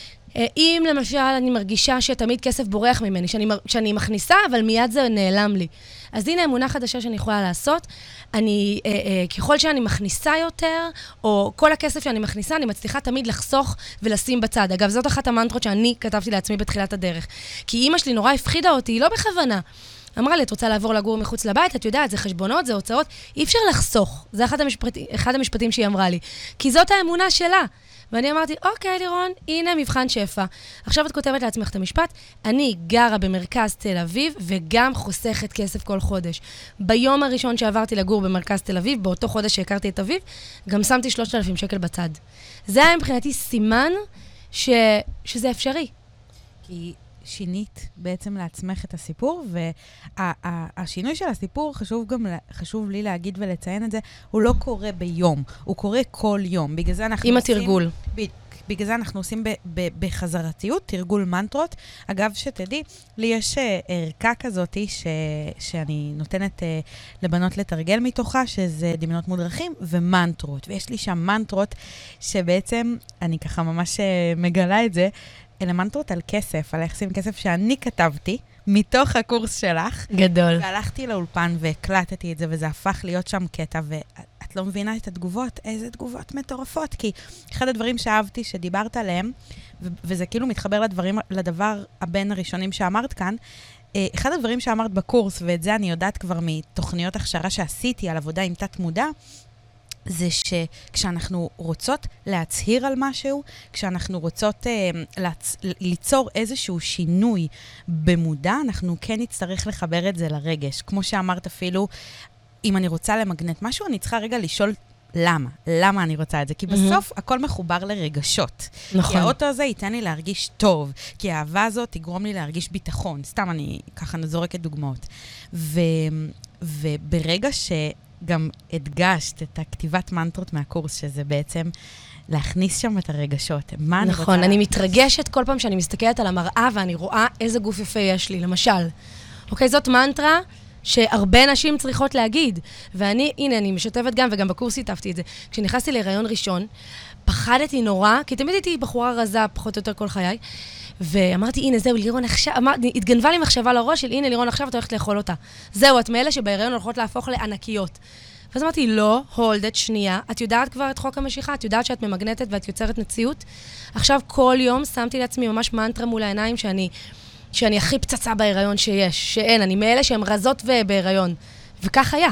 אם למשל אני מרגישה שתמיד כסף בורח ממני, שאני, שאני מכניסה, אבל מיד זה נעלם לי. אז הנה אמונה חדשה שאני יכולה לעשות. אני, אה, אה, ככל שאני מכניסה יותר, או כל הכסף שאני מכניסה, אני מצליחה תמיד לחסוך ולשים בצד. אגב, זאת אחת המנטרות שאני כתבתי לעצמי בתחילת הדרך. כי אימא שלי נורא הפחידה אותי, היא לא בכוונה. אמרה לי, את רוצה לעבור לגור מחוץ לבית? את יודעת, זה חשבונות, זה הוצאות. אי אפשר לחסוך. זה אחד המשפט, אחד המשפטים שהיא אמרה לי. כי זאת האמונה שלה. ואני אמרתי, אוקיי, לירון, הנה מבחן שפע. עכשיו את כותבת לעצמך את המשפט, אני גרה במרכז תל אביב, וגם חוסכת כסף כל חודש. ביום הראשון שעברתי לגור במרכז תל אביב, באותו חודש שהכרתי את אביב, גם שמתי שלושת אלפים שקל בצד. זה היה מבחינתי סימן ש... שזה אפשרי. כי שינית בעצם לעצמך את הסיפור, והשינוי של הסיפור, חשוב גם, חשוב לי להגיד ולציין את זה, הוא לא קורה ביום, הוא קורה כל יום. בגלל זה אנחנו עם עושים... התרגול. ב, בגלל זה אנחנו עושים ב, ב, בחזרתיות, תרגול מנטרות. אגב, שתדעי, לי יש ערכה כזאת ש, שאני נותנת uh, לבנות לתרגל מתוכה, שזה דמיונות מודרכים ומנטרות. ויש לי שם מנטרות שבעצם, אני ככה ממש מגלה את זה, אלה מנטרות על כסף, על יחסים כסף שאני כתבתי, מתוך הקורס שלך. גדול. והלכתי לאולפן והקלטתי את זה, וזה הפך להיות שם קטע, ואת לא מבינה את התגובות, איזה תגובות מטורפות, כי אחד הדברים שאהבתי שדיברת עליהם, ו- וזה כאילו מתחבר לדברים, לדבר הבין הראשונים שאמרת כאן, אחד הדברים שאמרת בקורס, ואת זה אני יודעת כבר מתוכניות הכשרה שעשיתי על עבודה עם תת מודע, זה שכשאנחנו רוצות להצהיר על משהו, כשאנחנו רוצות אה, לצ... ליצור איזשהו שינוי במודע, אנחנו כן נצטרך לחבר את זה לרגש. כמו שאמרת אפילו, אם אני רוצה למגנט משהו, אני צריכה רגע לשאול למה. למה אני רוצה את זה? כי בסוף mm-hmm. הכל מחובר לרגשות. נכון. כי האוטו הזה ייתן לי להרגיש טוב, כי האהבה הזאת תגרום לי להרגיש ביטחון. סתם אני ככה נזורקת דוגמאות. ו... וברגע ש... גם הדגשת את הכתיבת מנטרות מהקורס, שזה בעצם להכניס שם את הרגשות. מה אני רוצה... נכון, אני מתרגשת כל פעם שאני מסתכלת על המראה, ואני רואה איזה גוף יפה יש לי, למשל. אוקיי, זאת מנטרה שהרבה נשים צריכות להגיד. ואני, הנה, אני משתפת גם, וגם בקורס התאפתי את זה. כשנכנסתי להיריון ראשון, פחדתי נורא, כי תמיד הייתי בחורה רזה, פחות או יותר כל חיי, ואמרתי, הנה, זהו, לירון עכשיו, אמר, התגנבה לי מחשבה לראש של, הנה, לירון עכשיו, אתה הולכת לאכול אותה. זהו, את מאלה שבהיריון הולכות להפוך לענקיות. ואז אמרתי, לא, הולדת, שנייה, את יודעת כבר את חוק המשיכה, את יודעת שאת ממגנטת ואת יוצרת מציאות. עכשיו, כל יום שמתי לעצמי ממש מנטרה מול העיניים שאני, שאני הכי פצצה בהיריון שיש, שאין, אני מאלה שהן רזות ובהיריון. וכך היה.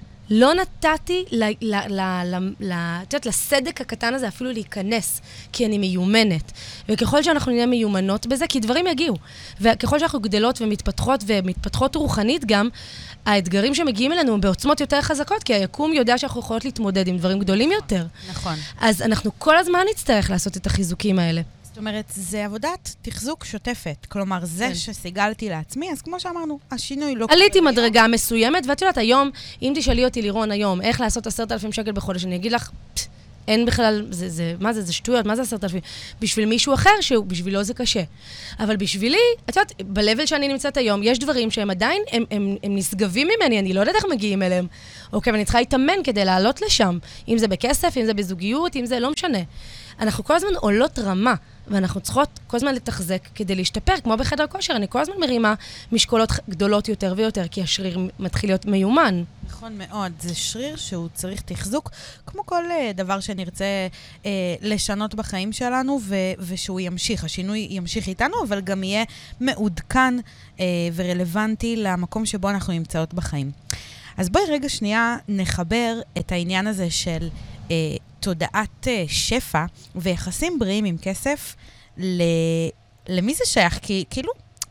לא נתתי ל, ל, ל, ל, ל, תיודעת, לסדק הקטן הזה אפילו להיכנס, כי אני מיומנת. וככל שאנחנו נהיה מיומנות בזה, כי דברים יגיעו. וככל שאנחנו גדלות ומתפתחות, ומתפתחות רוחנית גם, האתגרים שמגיעים אלינו הם בעוצמות יותר חזקות, כי היקום יודע שאנחנו יכולות להתמודד עם דברים גדולים יותר. נכון. אז אנחנו כל הזמן נצטרך לעשות את החיזוקים האלה. זאת אומרת, זה עבודת תחזוק שוטפת. כלומר, זה כן. שסיגלתי לעצמי, אז כמו שאמרנו, השינוי לא... עליתי מדרגה מסוימת, ואת יודעת, היום, אם תשאלי אותי, לירון, היום, איך לעשות עשרת אלפים שקל בחודש, אני אגיד לך, אין בכלל, זה, זה, מה זה, זה שטויות, מה זה עשרת אלפים? בשביל מישהו אחר, שהוא, בשבילו זה קשה. אבל בשבילי, את יודעת, בלבל שאני נמצאת היום, יש דברים שהם עדיין, הם, הם, הם נסגבים ממני, אני לא יודעת איך מגיעים אליהם. אוקיי, ואני צריכה להתאמן כדי לעלות לשם. אם זה בכסף, אם זה בזוגיות, אם זה לא משנה. אנחנו כל הזמן עולות רמה, ואנחנו צריכות כל הזמן לתחזק כדי להשתפר, כמו בחדר כושר, אני כל הזמן מרימה משקולות גדולות יותר ויותר, כי השריר מתחיל להיות מיומן. נכון מאוד, זה שריר שהוא צריך תחזוק, כמו כל uh, דבר שנרצה uh, לשנות בחיים שלנו, ו- ושהוא ימשיך, השינוי ימשיך איתנו, אבל גם יהיה מעודכן uh, ורלוונטי למקום שבו אנחנו נמצאות בחיים. אז בואי רגע שנייה נחבר את העניין הזה של... Uh, תודעת שפע ויחסים בריאים עם כסף, ל... למי זה שייך? כי כאילו,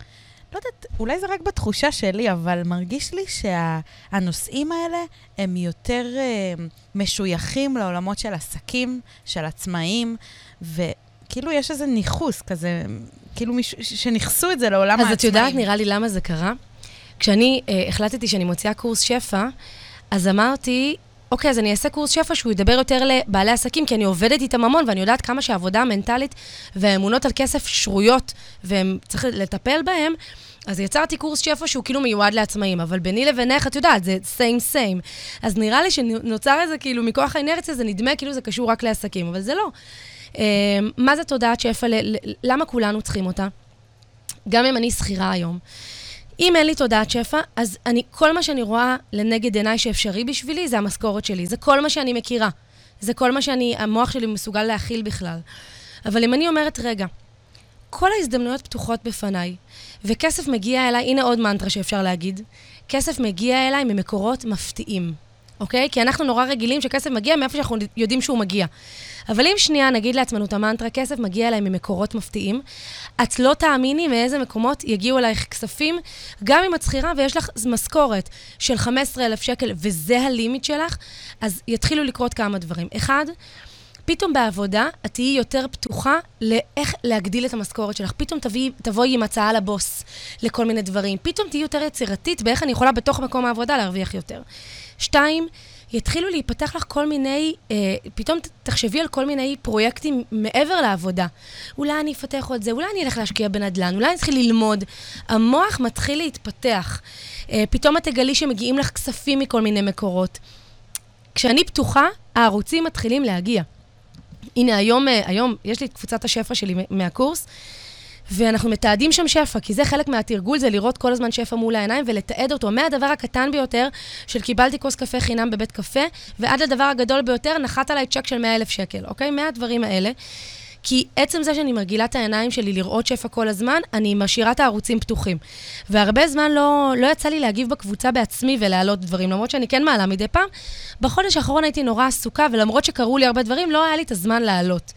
לא יודעת, אולי זה רק בתחושה שלי, אבל מרגיש לי שהנושאים האלה הם יותר uh, משויכים לעולמות של עסקים, של עצמאים, וכאילו יש איזה ניחוס כזה, כאילו מישהו שנכסו את זה לעולם העצמאים. אז את יודעת, נראה לי למה זה קרה? כשאני אה, החלטתי שאני מוציאה קורס שפע, אז אמרתי, אוקיי, אז אני אעשה קורס שפע שהוא ידבר יותר לבעלי עסקים, כי אני עובדת איתם המון, ואני יודעת כמה שהעבודה המנטלית והאמונות על כסף שרויות, והם צריך לטפל בהם, אז יצרתי קורס שפע שהוא כאילו מיועד לעצמאים, אבל ביני לבינך, את יודעת, זה same same. אז נראה לי שנוצר איזה, כאילו, מכוח האינרציה, זה נדמה כאילו זה קשור רק לעסקים, אבל זה לא. מה זה תודעת שפע? למה כולנו צריכים אותה? גם אם אני שכירה היום. אם אין לי תודעת שפע, אז אני, כל מה שאני רואה לנגד עיניי שאפשרי בשבילי, זה המשכורת שלי. זה כל מה שאני מכירה. זה כל מה שאני, המוח שלי מסוגל להכיל בכלל. אבל אם אני אומרת, רגע, כל ההזדמנויות פתוחות בפניי, וכסף מגיע אליי, הנה עוד מנטרה שאפשר להגיד, כסף מגיע אליי ממקורות מפתיעים, אוקיי? כי אנחנו נורא רגילים שכסף מגיע מאיפה שאנחנו יודעים שהוא מגיע. אבל אם שנייה נגיד לעצמנו את המנטרה, כסף מגיע אליי ממקורות מפתיעים, את לא תאמיני מאיזה מקומות יגיעו אלייך כספים, גם אם את שכירה ויש לך משכורת של חמישה עשר אלף שקל, וזה הלימיט שלך, אז יתחילו לקרות כמה דברים. אחד, פתאום בעבודה, את תהיי יותר פתוחה לאיך להגדיל את המשכורת שלך. פתאום תביא, תבואי עם הצעה לבוס לכל מיני דברים. פתאום תהיי יותר יצירתית באיך אני יכולה בתוך מקום העבודה להרוויח יותר. שתיים, יתחילו להיפתח לך כל מיני, אה, פתאום תחשבי על כל מיני פרויקטים מעבר לעבודה. אולי אני אפתח עוד זה, אולי אני אלך להשקיע בנדל"ן, אולי אני אתחיל ללמוד. המוח מתחיל להתפתח. אה, פתאום את תגלי שמגיעים לך כספים מכל מיני מקורות. כשאני פתוחה, הערוצים מתחילים להגיע. הנה, היום, היום יש לי את קבוצת השפע שלי מהקורס, ואנחנו מתעדים שם שפע, כי זה חלק מהתרגול, זה לראות כל הזמן שפע מול העיניים, ולתעד אותו מהדבר הקטן ביותר, של קיבלתי כוס קפה חינם בבית קפה, ועד לדבר הגדול ביותר, נחת עליי צ'ק של מאה אלף שקל, אוקיי? מהדברים האלה. כי עצם זה שאני מרגילה את העיניים שלי לראות שפע כל הזמן, אני משאירה את הערוצים פתוחים. והרבה זמן לא, לא יצא לי להגיב בקבוצה בעצמי ולהעלות דברים, למרות שאני כן מעלה מדי פעם. בחודש האחרון הייתי נורא עסוקה, ולמרות שקראו לי הרבה דברים, לא היה לי את הזמן להעלות.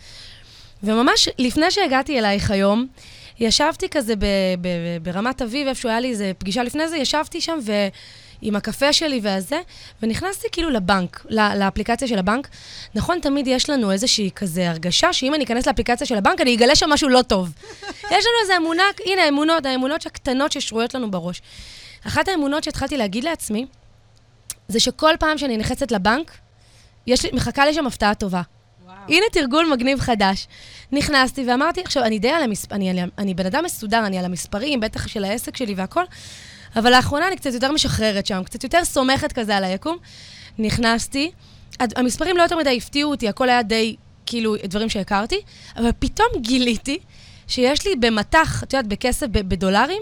וממש לפני שהגעתי אלייך היום, ישבתי כזה ב- ב- ברמת אביב, איפשהו היה לי איזו פגישה לפני זה, ישבתי שם ו... עם הקפה שלי והזה, ונכנסתי כאילו לבנק, לאפליקציה של הבנק. נכון, תמיד יש לנו איזושהי כזה הרגשה, שאם אני אכנס לאפליקציה של הבנק, אני אגלה שם משהו לא טוב. יש לנו איזו אמונה, הנה האמונות, האמונות הקטנות ששרויות לנו בראש. אחת האמונות שהתחלתי להגיד לעצמי, זה שכל פעם שאני נכנסת לבנק, יש לי, מחכה לי שם הפתעה טובה. וואו. הנה תרגול מגניב חדש. נכנסתי ואמרתי, עכשיו, אני די על המספר, אני, אני בן אדם מסודר, אני על המספרים, בטח של העסק שלי והכל, אבל לאחרונה אני קצת יותר משחררת שם, קצת יותר סומכת כזה על היקום. נכנסתי, המספרים לא יותר מדי הפתיעו אותי, הכל היה די, כאילו, דברים שהכרתי, אבל פתאום גיליתי שיש לי במתח, את יודעת, בכסף, בדולרים,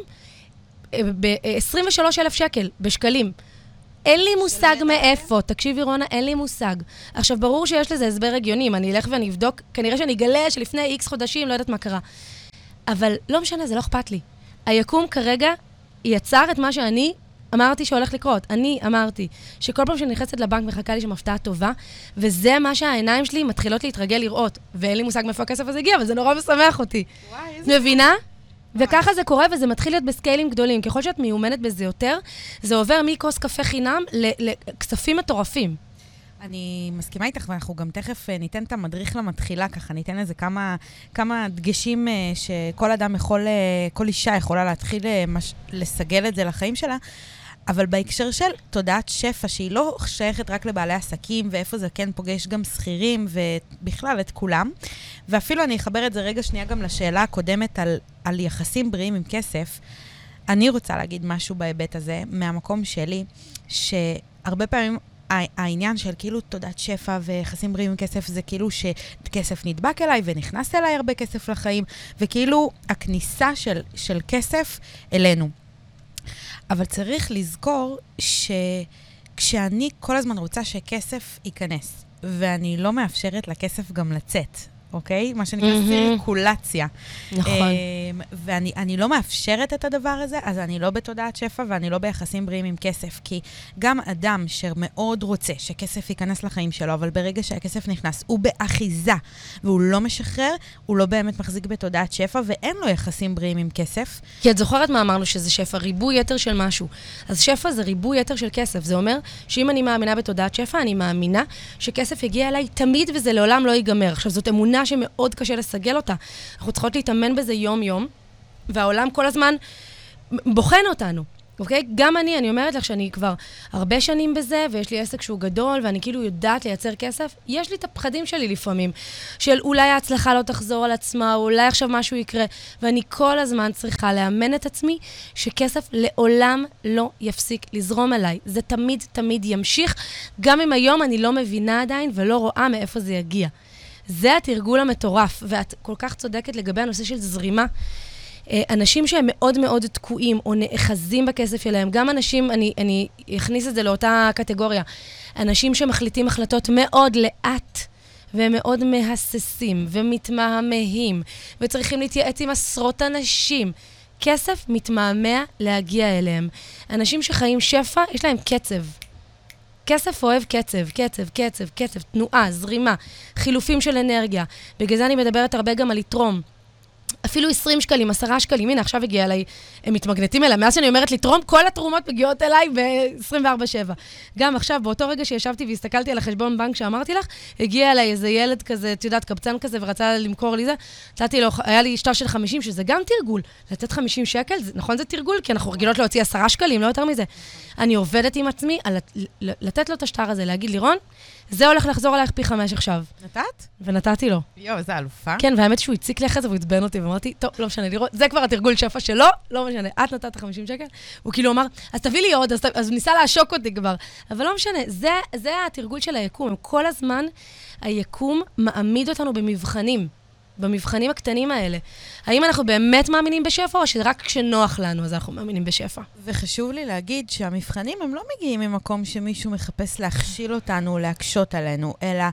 ב-עשרים ושלושה אלף שקל, בשקלים. אין לי מושג מאיפה, תקשיבי רונה, אין לי מושג. עכשיו, ברור שיש לזה הסבר הגיוני, אם אני אלך ואני אבדוק, כנראה שאני אגלה שלפני איקס חודשים, לא יודעת מה קרה. אבל לא משנה, זה לא אכפת לי. היקום כרגע יצר את מה שאני אמרתי שהולך לקרות. אני אמרתי שכל פעם שאני נכנסת לבנק מחכה לי שם הפתעה טובה, וזה מה שהעיניים שלי מתחילות להתרגל לראות. ואין לי מושג מאיפה הכסף הזה הגיע, אבל זה נורא משמח אותי. וואי, מבינה? וככה זה קורה, וזה מתחיל להיות בסקיילים גדולים. ככל שאת מיומנת בזה יותר, זה עובר מכוס קפה חינם לכספים מטורפים. אני מסכימה איתך, ואנחנו גם תכף ניתן את המדריך למתחילה, ככה ניתן לזה כמה, כמה דגשים שכל אדם יכול, כל אישה יכולה להתחיל לסגל את זה לחיים שלה, אבל בהקשר של תודעת שפע, שהיא לא שייכת רק לבעלי עסקים, ואיפה זה כן פוגש גם שכירים, ובכלל את כולם. ואפילו אני אחבר את זה רגע שנייה גם לשאלה הקודמת על, על יחסים בריאים עם כסף. אני רוצה להגיד משהו בהיבט הזה, מהמקום שלי, שהרבה פעמים העניין של כאילו תודעת שפע ויחסים בריאים עם כסף, זה כאילו שכסף נדבק אליי ונכנס אליי הרבה כסף לחיים, וכאילו הכניסה של, של כסף אלינו. אבל צריך לזכור שכשאני כל הזמן רוצה שכסף ייכנס, ואני לא מאפשרת לכסף גם לצאת, אוקיי? מה שנקרא mm-hmm. סירקולציה. נכון. Um, ואני אני לא מאפשרת את הדבר הזה, אז אני לא בתודעת שפע, ואני לא ביחסים בריאים עם כסף, כי גם אדם שמאוד רוצה שכסף ייכנס לחיים שלו, אבל ברגע שהכסף נכנס, הוא באחיזה, והוא לא משחרר, הוא לא באמת מחזיק בתודעת שפע, ואין לו יחסים בריאים עם כסף. כי את זוכרת מה אמרנו שזה שפע, ריבוי יתר של משהו. אז שפע זה ריבוי יתר של כסף. זה אומר שאם אני מאמינה בתודעת שפע, אני מאמינה שכסף יגיע אליי תמיד וזה לעולם לא ייגמר. עכשיו, זאת אמונה שמאוד קשה לסגל אותה. אנחנו צריכות להתאמן בזה יום-יום, והעולם כל הזמן בוחן אותנו. אוקיי? גם אני, אני אומרת לך שאני כבר הרבה שנים בזה, ויש לי עסק שהוא גדול, ואני כאילו יודעת לייצר כסף. יש לי את הפחדים שלי לפעמים, של אולי ההצלחה לא תחזור על עצמה, אולי עכשיו משהו יקרה, ואני כל הזמן צריכה לאמן את עצמי, שכסף לעולם לא יפסיק לזרום עליי. זה תמיד, תמיד ימשיך, גם אם היום אני לא מבינה עדיין, ולא רואה מאיפה זה יגיע. זה התרגול המטורף, ואת כל כך צודקת לגבי הנושא של זרימה. אנשים שהם מאוד מאוד תקועים או נאחזים בכסף שלהם, גם אנשים, אני, אני אכניס את זה לאותה קטגוריה, אנשים שמחליטים החלטות מאוד לאט ומאוד מהססים ומתמהמהים וצריכים להתייעץ עם עשרות אנשים. כסף מתמהמה להגיע אליהם. אנשים שחיים שפע, יש להם קצב. כסף אוהב קצב, קצב, קצב, קצב, תנועה, זרימה, חילופים של אנרגיה. בגלל זה אני מדברת הרבה גם על לתרום. אפילו עשרים שקלים, עשרה שקלים, הנה, עכשיו הגיע אליי, הם מתמגנטים אליי, מאז שאני אומרת לתרום, כל התרומות מגיעות אליי ב-עשרים וארבע שבע. גם עכשיו, באותו רגע שישבתי והסתכלתי על החשבון בנק שאמרתי לך, הגיע אליי איזה ילד כזה, את יודעת, קבצן כזה, ורצה למכור לי זה, נתתי לו, היה לי שטר של חמישים, שזה גם תרגול. לתת חמישים שקל, נכון זה תרגול, כי אנחנו רגילות להוציא עשרה שקלים, לא יותר מזה. אני עובדת עם עצמי, על לתת לו את השטר הזה, להגיד לירון, זה הולך לחזור עלייך פי חמש עכשיו. נתת? ונתתי לו. יו, זה אלופה. כן, והאמת שהוא הציק לי אחרי זה, והוא הצבן אותי, ואמרתי, טוב, לא משנה, לראות, זה כבר התרגול שפע שלו, לא משנה, את נתת חמישים שקל, הוא כאילו אמר, אז תביא לי עוד, אז, אז הוא ניסה לעשוק אותי כבר, אבל לא משנה, זה, זה התרגול של היקום, כל הזמן היקום מעמיד אותנו במבחנים, במבחנים הקטנים האלה. האם אנחנו באמת מאמינים בשפע, או שרק כשנוח לנו, אז אנחנו מאמינים בשפע? וחשוב לי להגיד שהמבחנים הם לא מגיעים ממקום שמישהו מחפש להכשיל אותנו, להקשות עלינו, אלא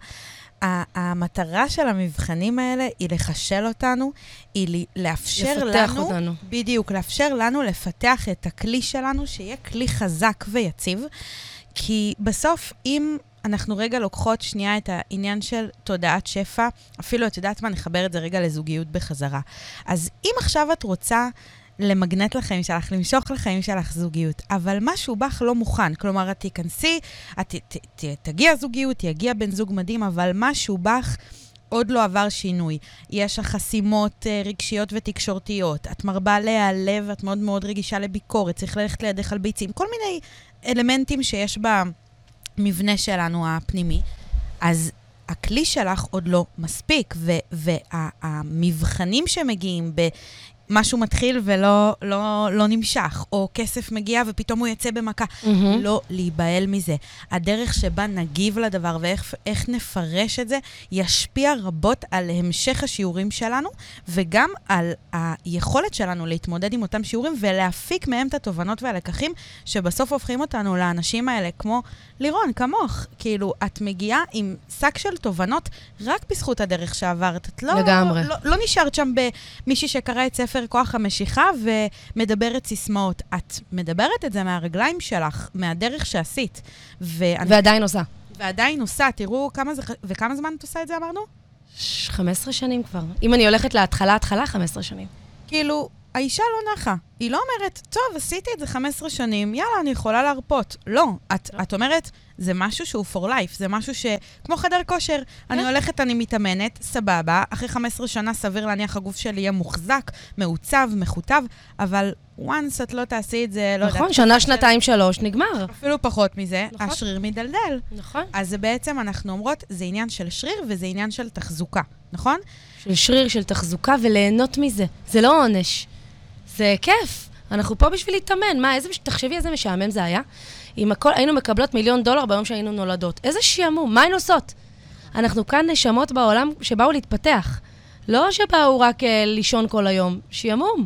המטרה של המבחנים האלה היא לחשל אותנו, היא לאפשר לנו, לפתח אותנו. בדיוק, לאפשר לנו לפתח את הכלי שלנו, שיהיה כלי חזק ויציב, כי בסוף אם אנחנו רגע לוקחות שנייה את העניין של תודעת שפע, אפילו את יודעת מה, נחבר את זה רגע לזוגיות בחזרה. אז אם עכשיו את רוצה למגנט לחיים שלך, למשוך לחיים שלך זוגיות, אבל משהו בך לא מוכן, כלומר, את תיכנסי, את ת, ת, תגיע זוגיות, יגיע בן זוג מדהים, אבל משהו בך עוד לא עבר שינוי. יש לך חסימות רגשיות ותקשורתיות, את מרבה להיעלב, את מאוד מאוד רגישה לביקורת, צריך ללכת לידך על ביצים, כל מיני אלמנטים שיש בה, מבנה שלנו הפנימי, אז הכלי שלך עוד לא מספיק, והמבחנים שמגיעים במשהו מתחיל ולא לא, לא נמשך, או כסף מגיע ופתאום הוא יצא במכה, mm-hmm. לא להיבהל מזה. הדרך שבה נגיב לדבר ואיך איך נפרש את זה, ישפיע רבות על המשך השיעורים שלנו, וגם על היכולת שלנו להתמודד עם אותם שיעורים, ולהפיק מהם את התובנות והלקחים, שבסוף הופכים אותנו לאנשים האלה, כמו לירון, כמוך. כאילו, את מגיעה עם שק של תובנות, רק בזכות הדרך שעברת. את לא, לגמרי. לא, לא נשארת שם במישהי שקרא את ספר כוח המשיכה, ומדברת סיסמאות. את מדברת את זה מהרגליים שלך, מהדרך שעשית. ואני... ועדיין עושה. ועדיין עושה. תראו כמה זה... וכמה זמן את עושה את זה, אמרנו? חמש עשרה שנים כבר. אם אני הולכת להתחלה, התחלה, חמש עשרה שנים. כאילו, האישה לא נחה. היא לא אומרת, טוב, עשיתי את זה חמש עשרה שנים, יאללה, אני יכולה להרפות. לא. את, את אומרת, זה משהו שהוא for life, זה משהו ש... כמו חדר כושר, אני הולכת, אני מתאמנת, סבבה, אחרי חמש עשרה שנה סביר להניח הגוף שלי יהיה מוחזק, מעוצב, מחוטב, אבל once את לא תעשי את זה, לא יודעת. נכון, שנה, שנתיים, שלוש, נגמר. אפילו פחות מזה, השריר מדלדל. נכון. אז זה בעצם, אנחנו אומרות, זה עניין של שריר וזה עניין של תחזוקה, נכון? של שריר, של תחזוקה, וליהנות מזה. זה לא עונש. זה כיף. אנחנו פה בשביל להתאמן. מה, איזה, תחשבי איזה משעמם זה היה? אם הכל, היינו מקבלות מיליון דולר ביום שהיינו נולדות. איזה שיעמום, מה הן עושות? אנחנו כאן נשמות בעולם שבאו להתפתח. לא שבאו רק uh, לישון כל היום. שיעמום.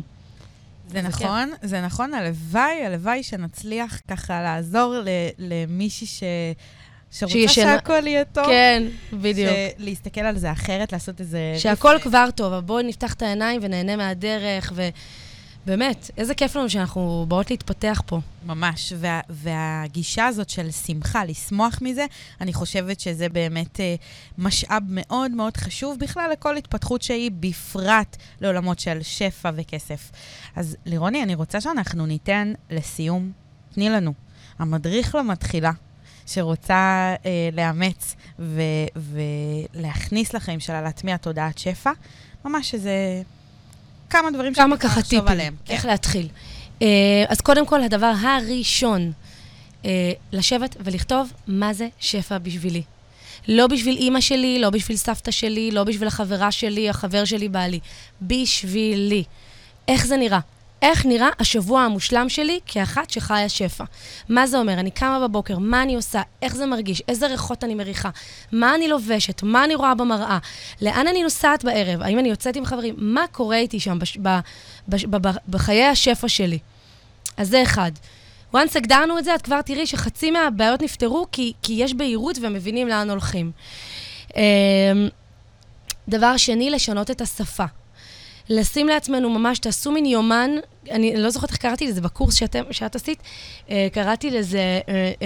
זה נכון, זה נכון. הלוואי, הלוואי שנצליח ככה לעזור למישהי ש... שרוצה שהכל יהיה טוב. כן, בדיוק. להסתכל על זה אחרת, לעשות איזה... שהכל כבר טוב, אבל בואו נפתח את העיניים ונהנה מהדרך, ובאמת, איזה כיף לנו שאנחנו באות להתפתח פה. ממש, וה, והגישה הזאת של שמחה, לשמוח מזה, אני חושבת שזה באמת אה, משאב מאוד מאוד חשוב, בכלל לכל התפתחות שהיא בפרט לעולמות של שפע וכסף. אז לירוני, אני רוצה שאנחנו ניתן לסיום, תני לנו, המדריך למתחילה, שרוצה אה, לאמץ ו- ולהכניס לחיים שלה, להטמיע תודעת שפע, ממש איזה כמה דברים כמה ככה טיפים, עליהם. איך כן. להתחיל. Uh, אז קודם כל, הדבר הראשון, uh, לשבת ולכתוב מה זה שפע בשבילי. לא בשביל אימא שלי, לא בשביל סבתא שלי, לא בשביל החברה שלי, החבר שלי בעלי. בשבילי. איך זה נראה? איך נראה השבוע המושלם שלי כאחת שחיה שפע? מה זה אומר? אני קמה בבוקר, מה אני עושה? איך זה מרגיש? איזה ריחות אני מריחה? מה אני לובשת? מה אני רואה במראה? לאן אני נוסעת בערב? האם אני יוצאת עם חברים? מה קורה איתי שם בש... ב... בש... ב... ב... בחיי השפע שלי? אז זה אחד. once הגדרנו את זה, את כבר תראי שחצי מהבעיות נפתרו, כי, כי יש בהירות ומבינים לאן הולכים. דבר שני, לשנות את השפה. לשים לעצמנו ממש, תעשו מין יומן, אני לא זוכרת איך קראתי לזה בקורס שאתם, שאת עשית, קראתי לזה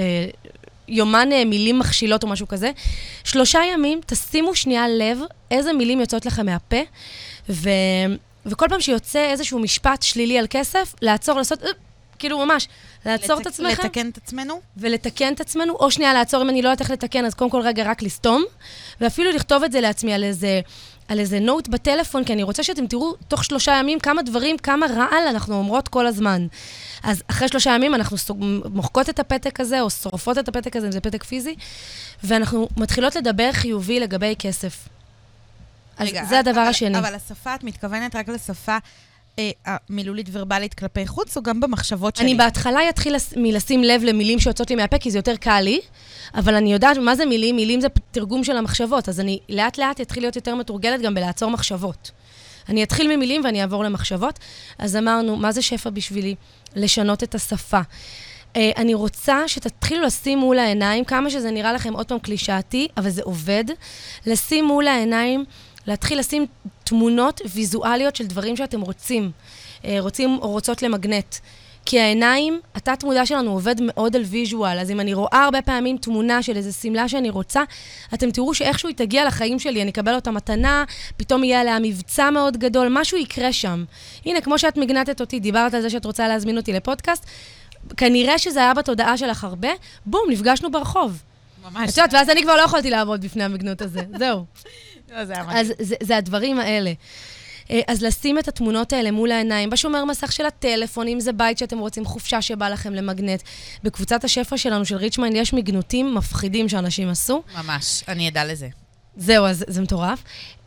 יומן מילים מכשילות או משהו כזה. שלושה ימים, תשימו שנייה לב איזה מילים יוצאות לכם מהפה, ו, וכל פעם שיוצא איזשהו משפט שלילי על כסף, לעצור, לעשות, כאילו ממש, לעצור לתק, את עצמכם. לתקן את עצמנו. ולתקן את עצמנו, או שנייה לעצור, אם אני לא יודעת איך לתקן, אז קודם כל רגע רק לסתום, ואפילו לכתוב את זה לעצמי על איזה, על איזה נוט בטלפון, כי אני רוצה שאתם תראו תוך שלושה ימים כמה דברים, כמה רעל אנחנו אומרות כל הזמן. אז אחרי שלושה ימים אנחנו מוחקות את הפתק הזה, או שורפות את הפתק הזה, אם זה פתק פיזי, ואנחנו מתחילות לדבר חיובי לגבי כסף. אז רגע, זה הדבר אבל, השני. אבל השפה, את מתכוונת רק לשפה המילולית ורבלית כלפי חוץ, או גם במחשבות שלי? אני בהתחלה אתחיל מלשים לב למילים שיוצאות לי מהפה, כי זה יותר קל לי, אבל אני יודעת מה זה מילים, מילים זה תרגום של המחשבות, אז אני לאט לאט אתחיל להיות יותר מתורגלת גם בלעצור מחשבות. אני אתחיל ממילים ואני אעבור למחשבות, אז אמרנו, מה זה שפע בשבילי? לשנות את השפה. אני רוצה שתתחילו לשים מול העיניים, כמה שזה נראה לכם עוד פעם קלישאתי, אבל זה עובד, לשים מול העיניים, להתחיל לשים תמונות ויזואליות של דברים שאתם רוצים, רוצים או רוצות למגנט. כי העיניים, התת מודע שלנו עובד מאוד על ויז'ואל, אז אם אני רואה הרבה פעמים תמונה של איזו סמלה שאני רוצה, אתם תראו שאיכשהו היא תגיע לחיים שלי, אני אקבל אותה מתנה, פתאום יהיה עליה מבצע מאוד גדול, משהו יקרה שם. הנה, כמו שאת מגנטת אותי, דיברת על זה שאת רוצה להזמין אותי לפודקאסט, כנראה שזה היה בתודעה שלך הרבה, בום, נפגשנו ברחוב. ממש. את יודעת, ואז אני כבר לא יכולתי לעמוד בפני המגנות הזה, זהו. אז זה, זה הדברים האלה. אז לשים את התמונות האלה מול העיניים, בשומר מסך של הטלפון, אם זה בית שאתם רוצים, חופשה שבא לכם למגנט. בקבוצת השפע שלנו של ריצ'מיינד יש מגנותים מפחידים שאנשים עשו. ממש, אני אדע לזה. זהו, אז זה מטורף.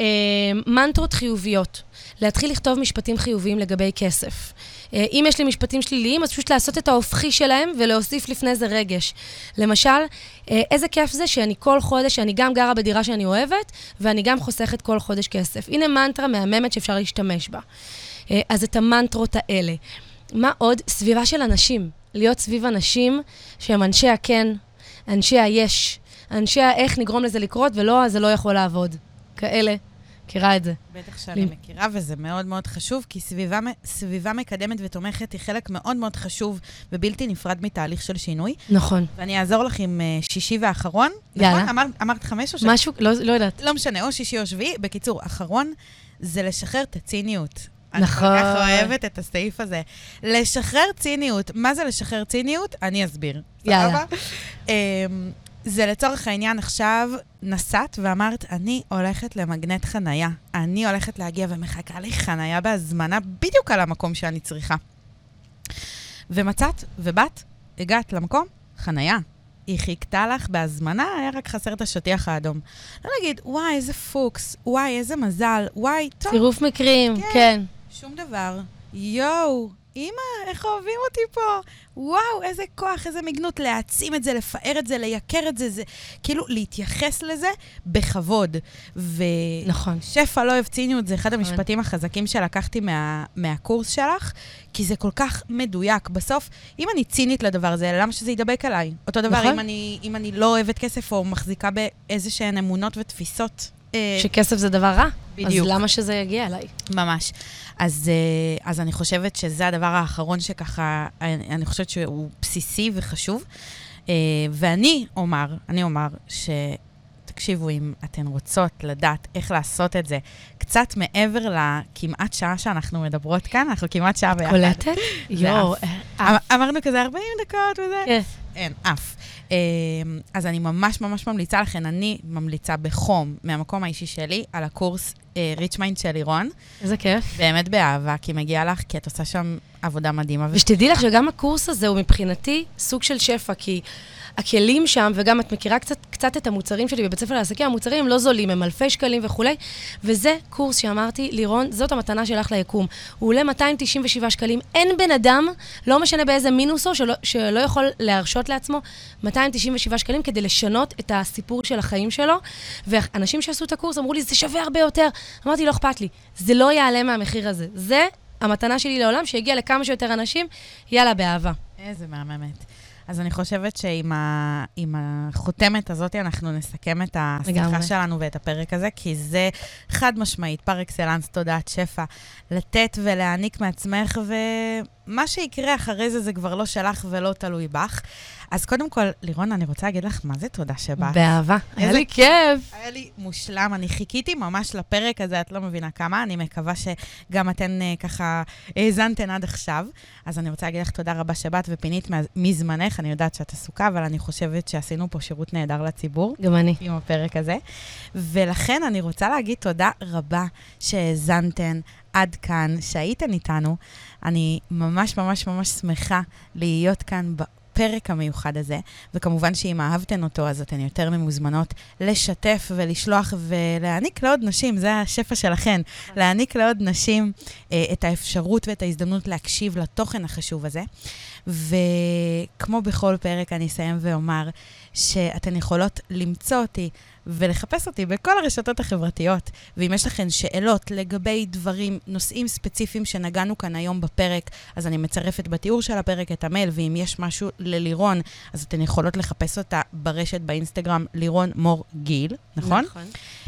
מנטרות חיוביות. להתחיל לכתוב משפטים חיוביים לגבי כסף. אם יש לי משפטים שליליים, אז פשוט לעשות את ההופכי שלהם ולהוסיף לפני זה רגש. למשל, איזה כיף זה שאני כל חודש, שאני גם גרה בדירה שאני אוהבת, ואני גם חוסכת כל חודש כסף. הנה מנטרה מהממת שאפשר להשתמש בה. אז את המנטרות האלה. מה עוד? סביבה של אנשים. להיות סביב אנשים שהם אנשי הכן, אנשי היש, אנשי האיך נגרום לזה לקרות, ולא, זה לא יכול לעבוד. כאלה. מכירה את זה. בטח שאני מכירה, וזה מאוד מאוד חשוב, כי סביבה, סביבה מקדמת ותומכת היא חלק מאוד מאוד חשוב ובלתי נפרד מתהליך של שינוי. נכון. ואני אעזור לך עם שישי ואחרון. יאללה. נכון? אמר, אמרת חמש או שש? משהו, לא, לא יודעת. לא משנה, או שישי או שביעי. בקיצור, אחרון זה לשחרר את הציניות. נכון. אני כל כך אוהבת את הסעיף הזה. לשחרר ציניות. מה זה לשחרר ציניות? אני אסביר. יאללה. זה לצורך העניין עכשיו נסעת ואמרת, אני הולכת למגנט חנייה. אני הולכת להגיע ומחכה לי חנייה בהזמנה בדיוק על המקום שאני צריכה. ומצאת ובאת, הגעת למקום, חנייה. היא חיכתה לך בהזמנה, היה רק חסר את השטיח האדום. לא להגיד, וואי, איזה פוקס, וואי, איזה מזל, וואי, טוב. צירוף מקרים, כן. כן. שום דבר. יואו, אמא, איך אוהבים אותי פה? וואו, איזה כוח, איזה מגנות, להעצים את זה, לפאר את זה, לייקר את זה, זה כאילו להתייחס לזה בכבוד. ו... נכון. שפע לא אוהב ציניות, זה אחד המשפטים החזקים שלקחתי מה, מהקורס שלך, כי זה כל כך מדויק. בסוף, אם אני צינית לדבר הזה, למה שזה ידבק עליי? אותו דבר, נכון. אם אני, אם אני לא אוהבת כסף או מחזיקה באיזשהן אמונות ותפיסות, שכסף זה דבר רע, בדיוק. אז למה שזה יגיע אליי? ממש. אז, אז אני חושבת שזה הדבר האחרון שככה, אני חושבת שהוא בסיסי וחשוב. ואני אומר, אני אומר שתקשיבו, אם אתן רוצות לדעת איך לעשות את זה, קצת מעבר לכמעט שעה שאנחנו מדברות כאן, אנחנו כמעט שעה ביחד. קולטת? יואו. אמרנו כזה ארבעים דקות וזה. כן. אין, אף. אז אני ממש ממש ממליצה לכן, אני ממליצה בחום, מהמקום האישי שלי, על הקורס ריץ' מיינד של לירון. איזה כיף. באמת באהבה, כי מגיעה לך, כי את עושה שם עבודה מדהימה. ושתדעי לך שגם הקורס הזה הוא מבחינתי סוג של שפע, כי הכלים שם, וגם את מכירה קצת, קצת את המוצרים שלי בבית ספר לעסקים, המוצרים הם לא זולים, הם אלפי שקלים וכולי, וזה קורס שאמרתי, לירון, זאת המתנה שלך ליקום. הוא עולה מאתיים תשעים ושבעה שקלים, אין בן אדם, לא משנה באיזה מינוסו, שלא, שלא יכול להרשות לעצמו, מאתיים תשעים ושבעה שקלים כדי לשנות את הסיפור של החיים שלו, ואנשים שעשו את הקורס אמרו לי, זה שווה הרבה יותר. אמרתי, לא אכפת לי, זה לא יעלה מהמחיר הזה. זה המתנה שלי לעולם, שיגיע לכמה שיותר אנשים, יאללה, באהבה. איזה מהממת. אז אני חושבת שעם ה... עם החותמת הזאת אנחנו נסכם את השיחה שלנו ואת הפרק הזה, כי זה חד משמעית, פר אקסלנס, תודעת שפע, לתת ולהעניק מעצמך, ומה שיקרה אחרי זה זה כבר לא שלך ולא תלוי בך. אז קודם כל, לירון, אני רוצה להגיד לך מה זה תודה שבאת. באהבה. היה לי כיף. היה לי מושלם. אני חיכיתי ממש לפרק הזה, את לא מבינה כמה. אני מקווה שגם אתן ככה האזנתן עד עכשיו. אז אני רוצה להגיד לך תודה רבה שבאת ופינית מזמנך. אני יודעת שאת עסוקה, אבל אני חושבת שעשינו פה שירות נהדר לציבור. גם אני. עם הפרק הזה. ולכן אני רוצה להגיד תודה רבה שהאזנתן עד כאן, שהייתן איתנו. אני ממש ממש ממש שמחה להיות כאן בפרק. פרק המיוחד הזה, וכמובן שאם אהבתן אותו, אז אתן יותר ממוזמנות לשתף ולשלוח ולהעניק לעוד נשים, זה השפע שלכן, להעניק לעוד נשים אה, את האפשרות ואת ההזדמנות להקשיב לתוכן החשוב הזה. וכמו בכל פרק אני אסיים ואומר שאתן יכולות למצוא אותי ולחפש אותי בכל הרשתות החברתיות. ואם יש לכן שאלות לגבי דברים, נושאים ספציפיים שנגענו כאן היום בפרק, אז אני מצרפת בתיאור של הפרק את המייל, ואם יש משהו ללירון, אז אתן יכולות לחפש אותה ברשת באינסטגרם, לירון מור גיל, נכון? נכון.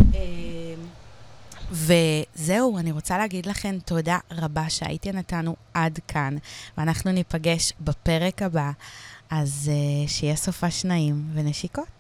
וזהו, אני רוצה להגיד לכם תודה רבה שהייתן איתנו עד כאן, ואנחנו ניפגש בפרק הבא, אז uh, שיהיה סופה שניים ונשיקות.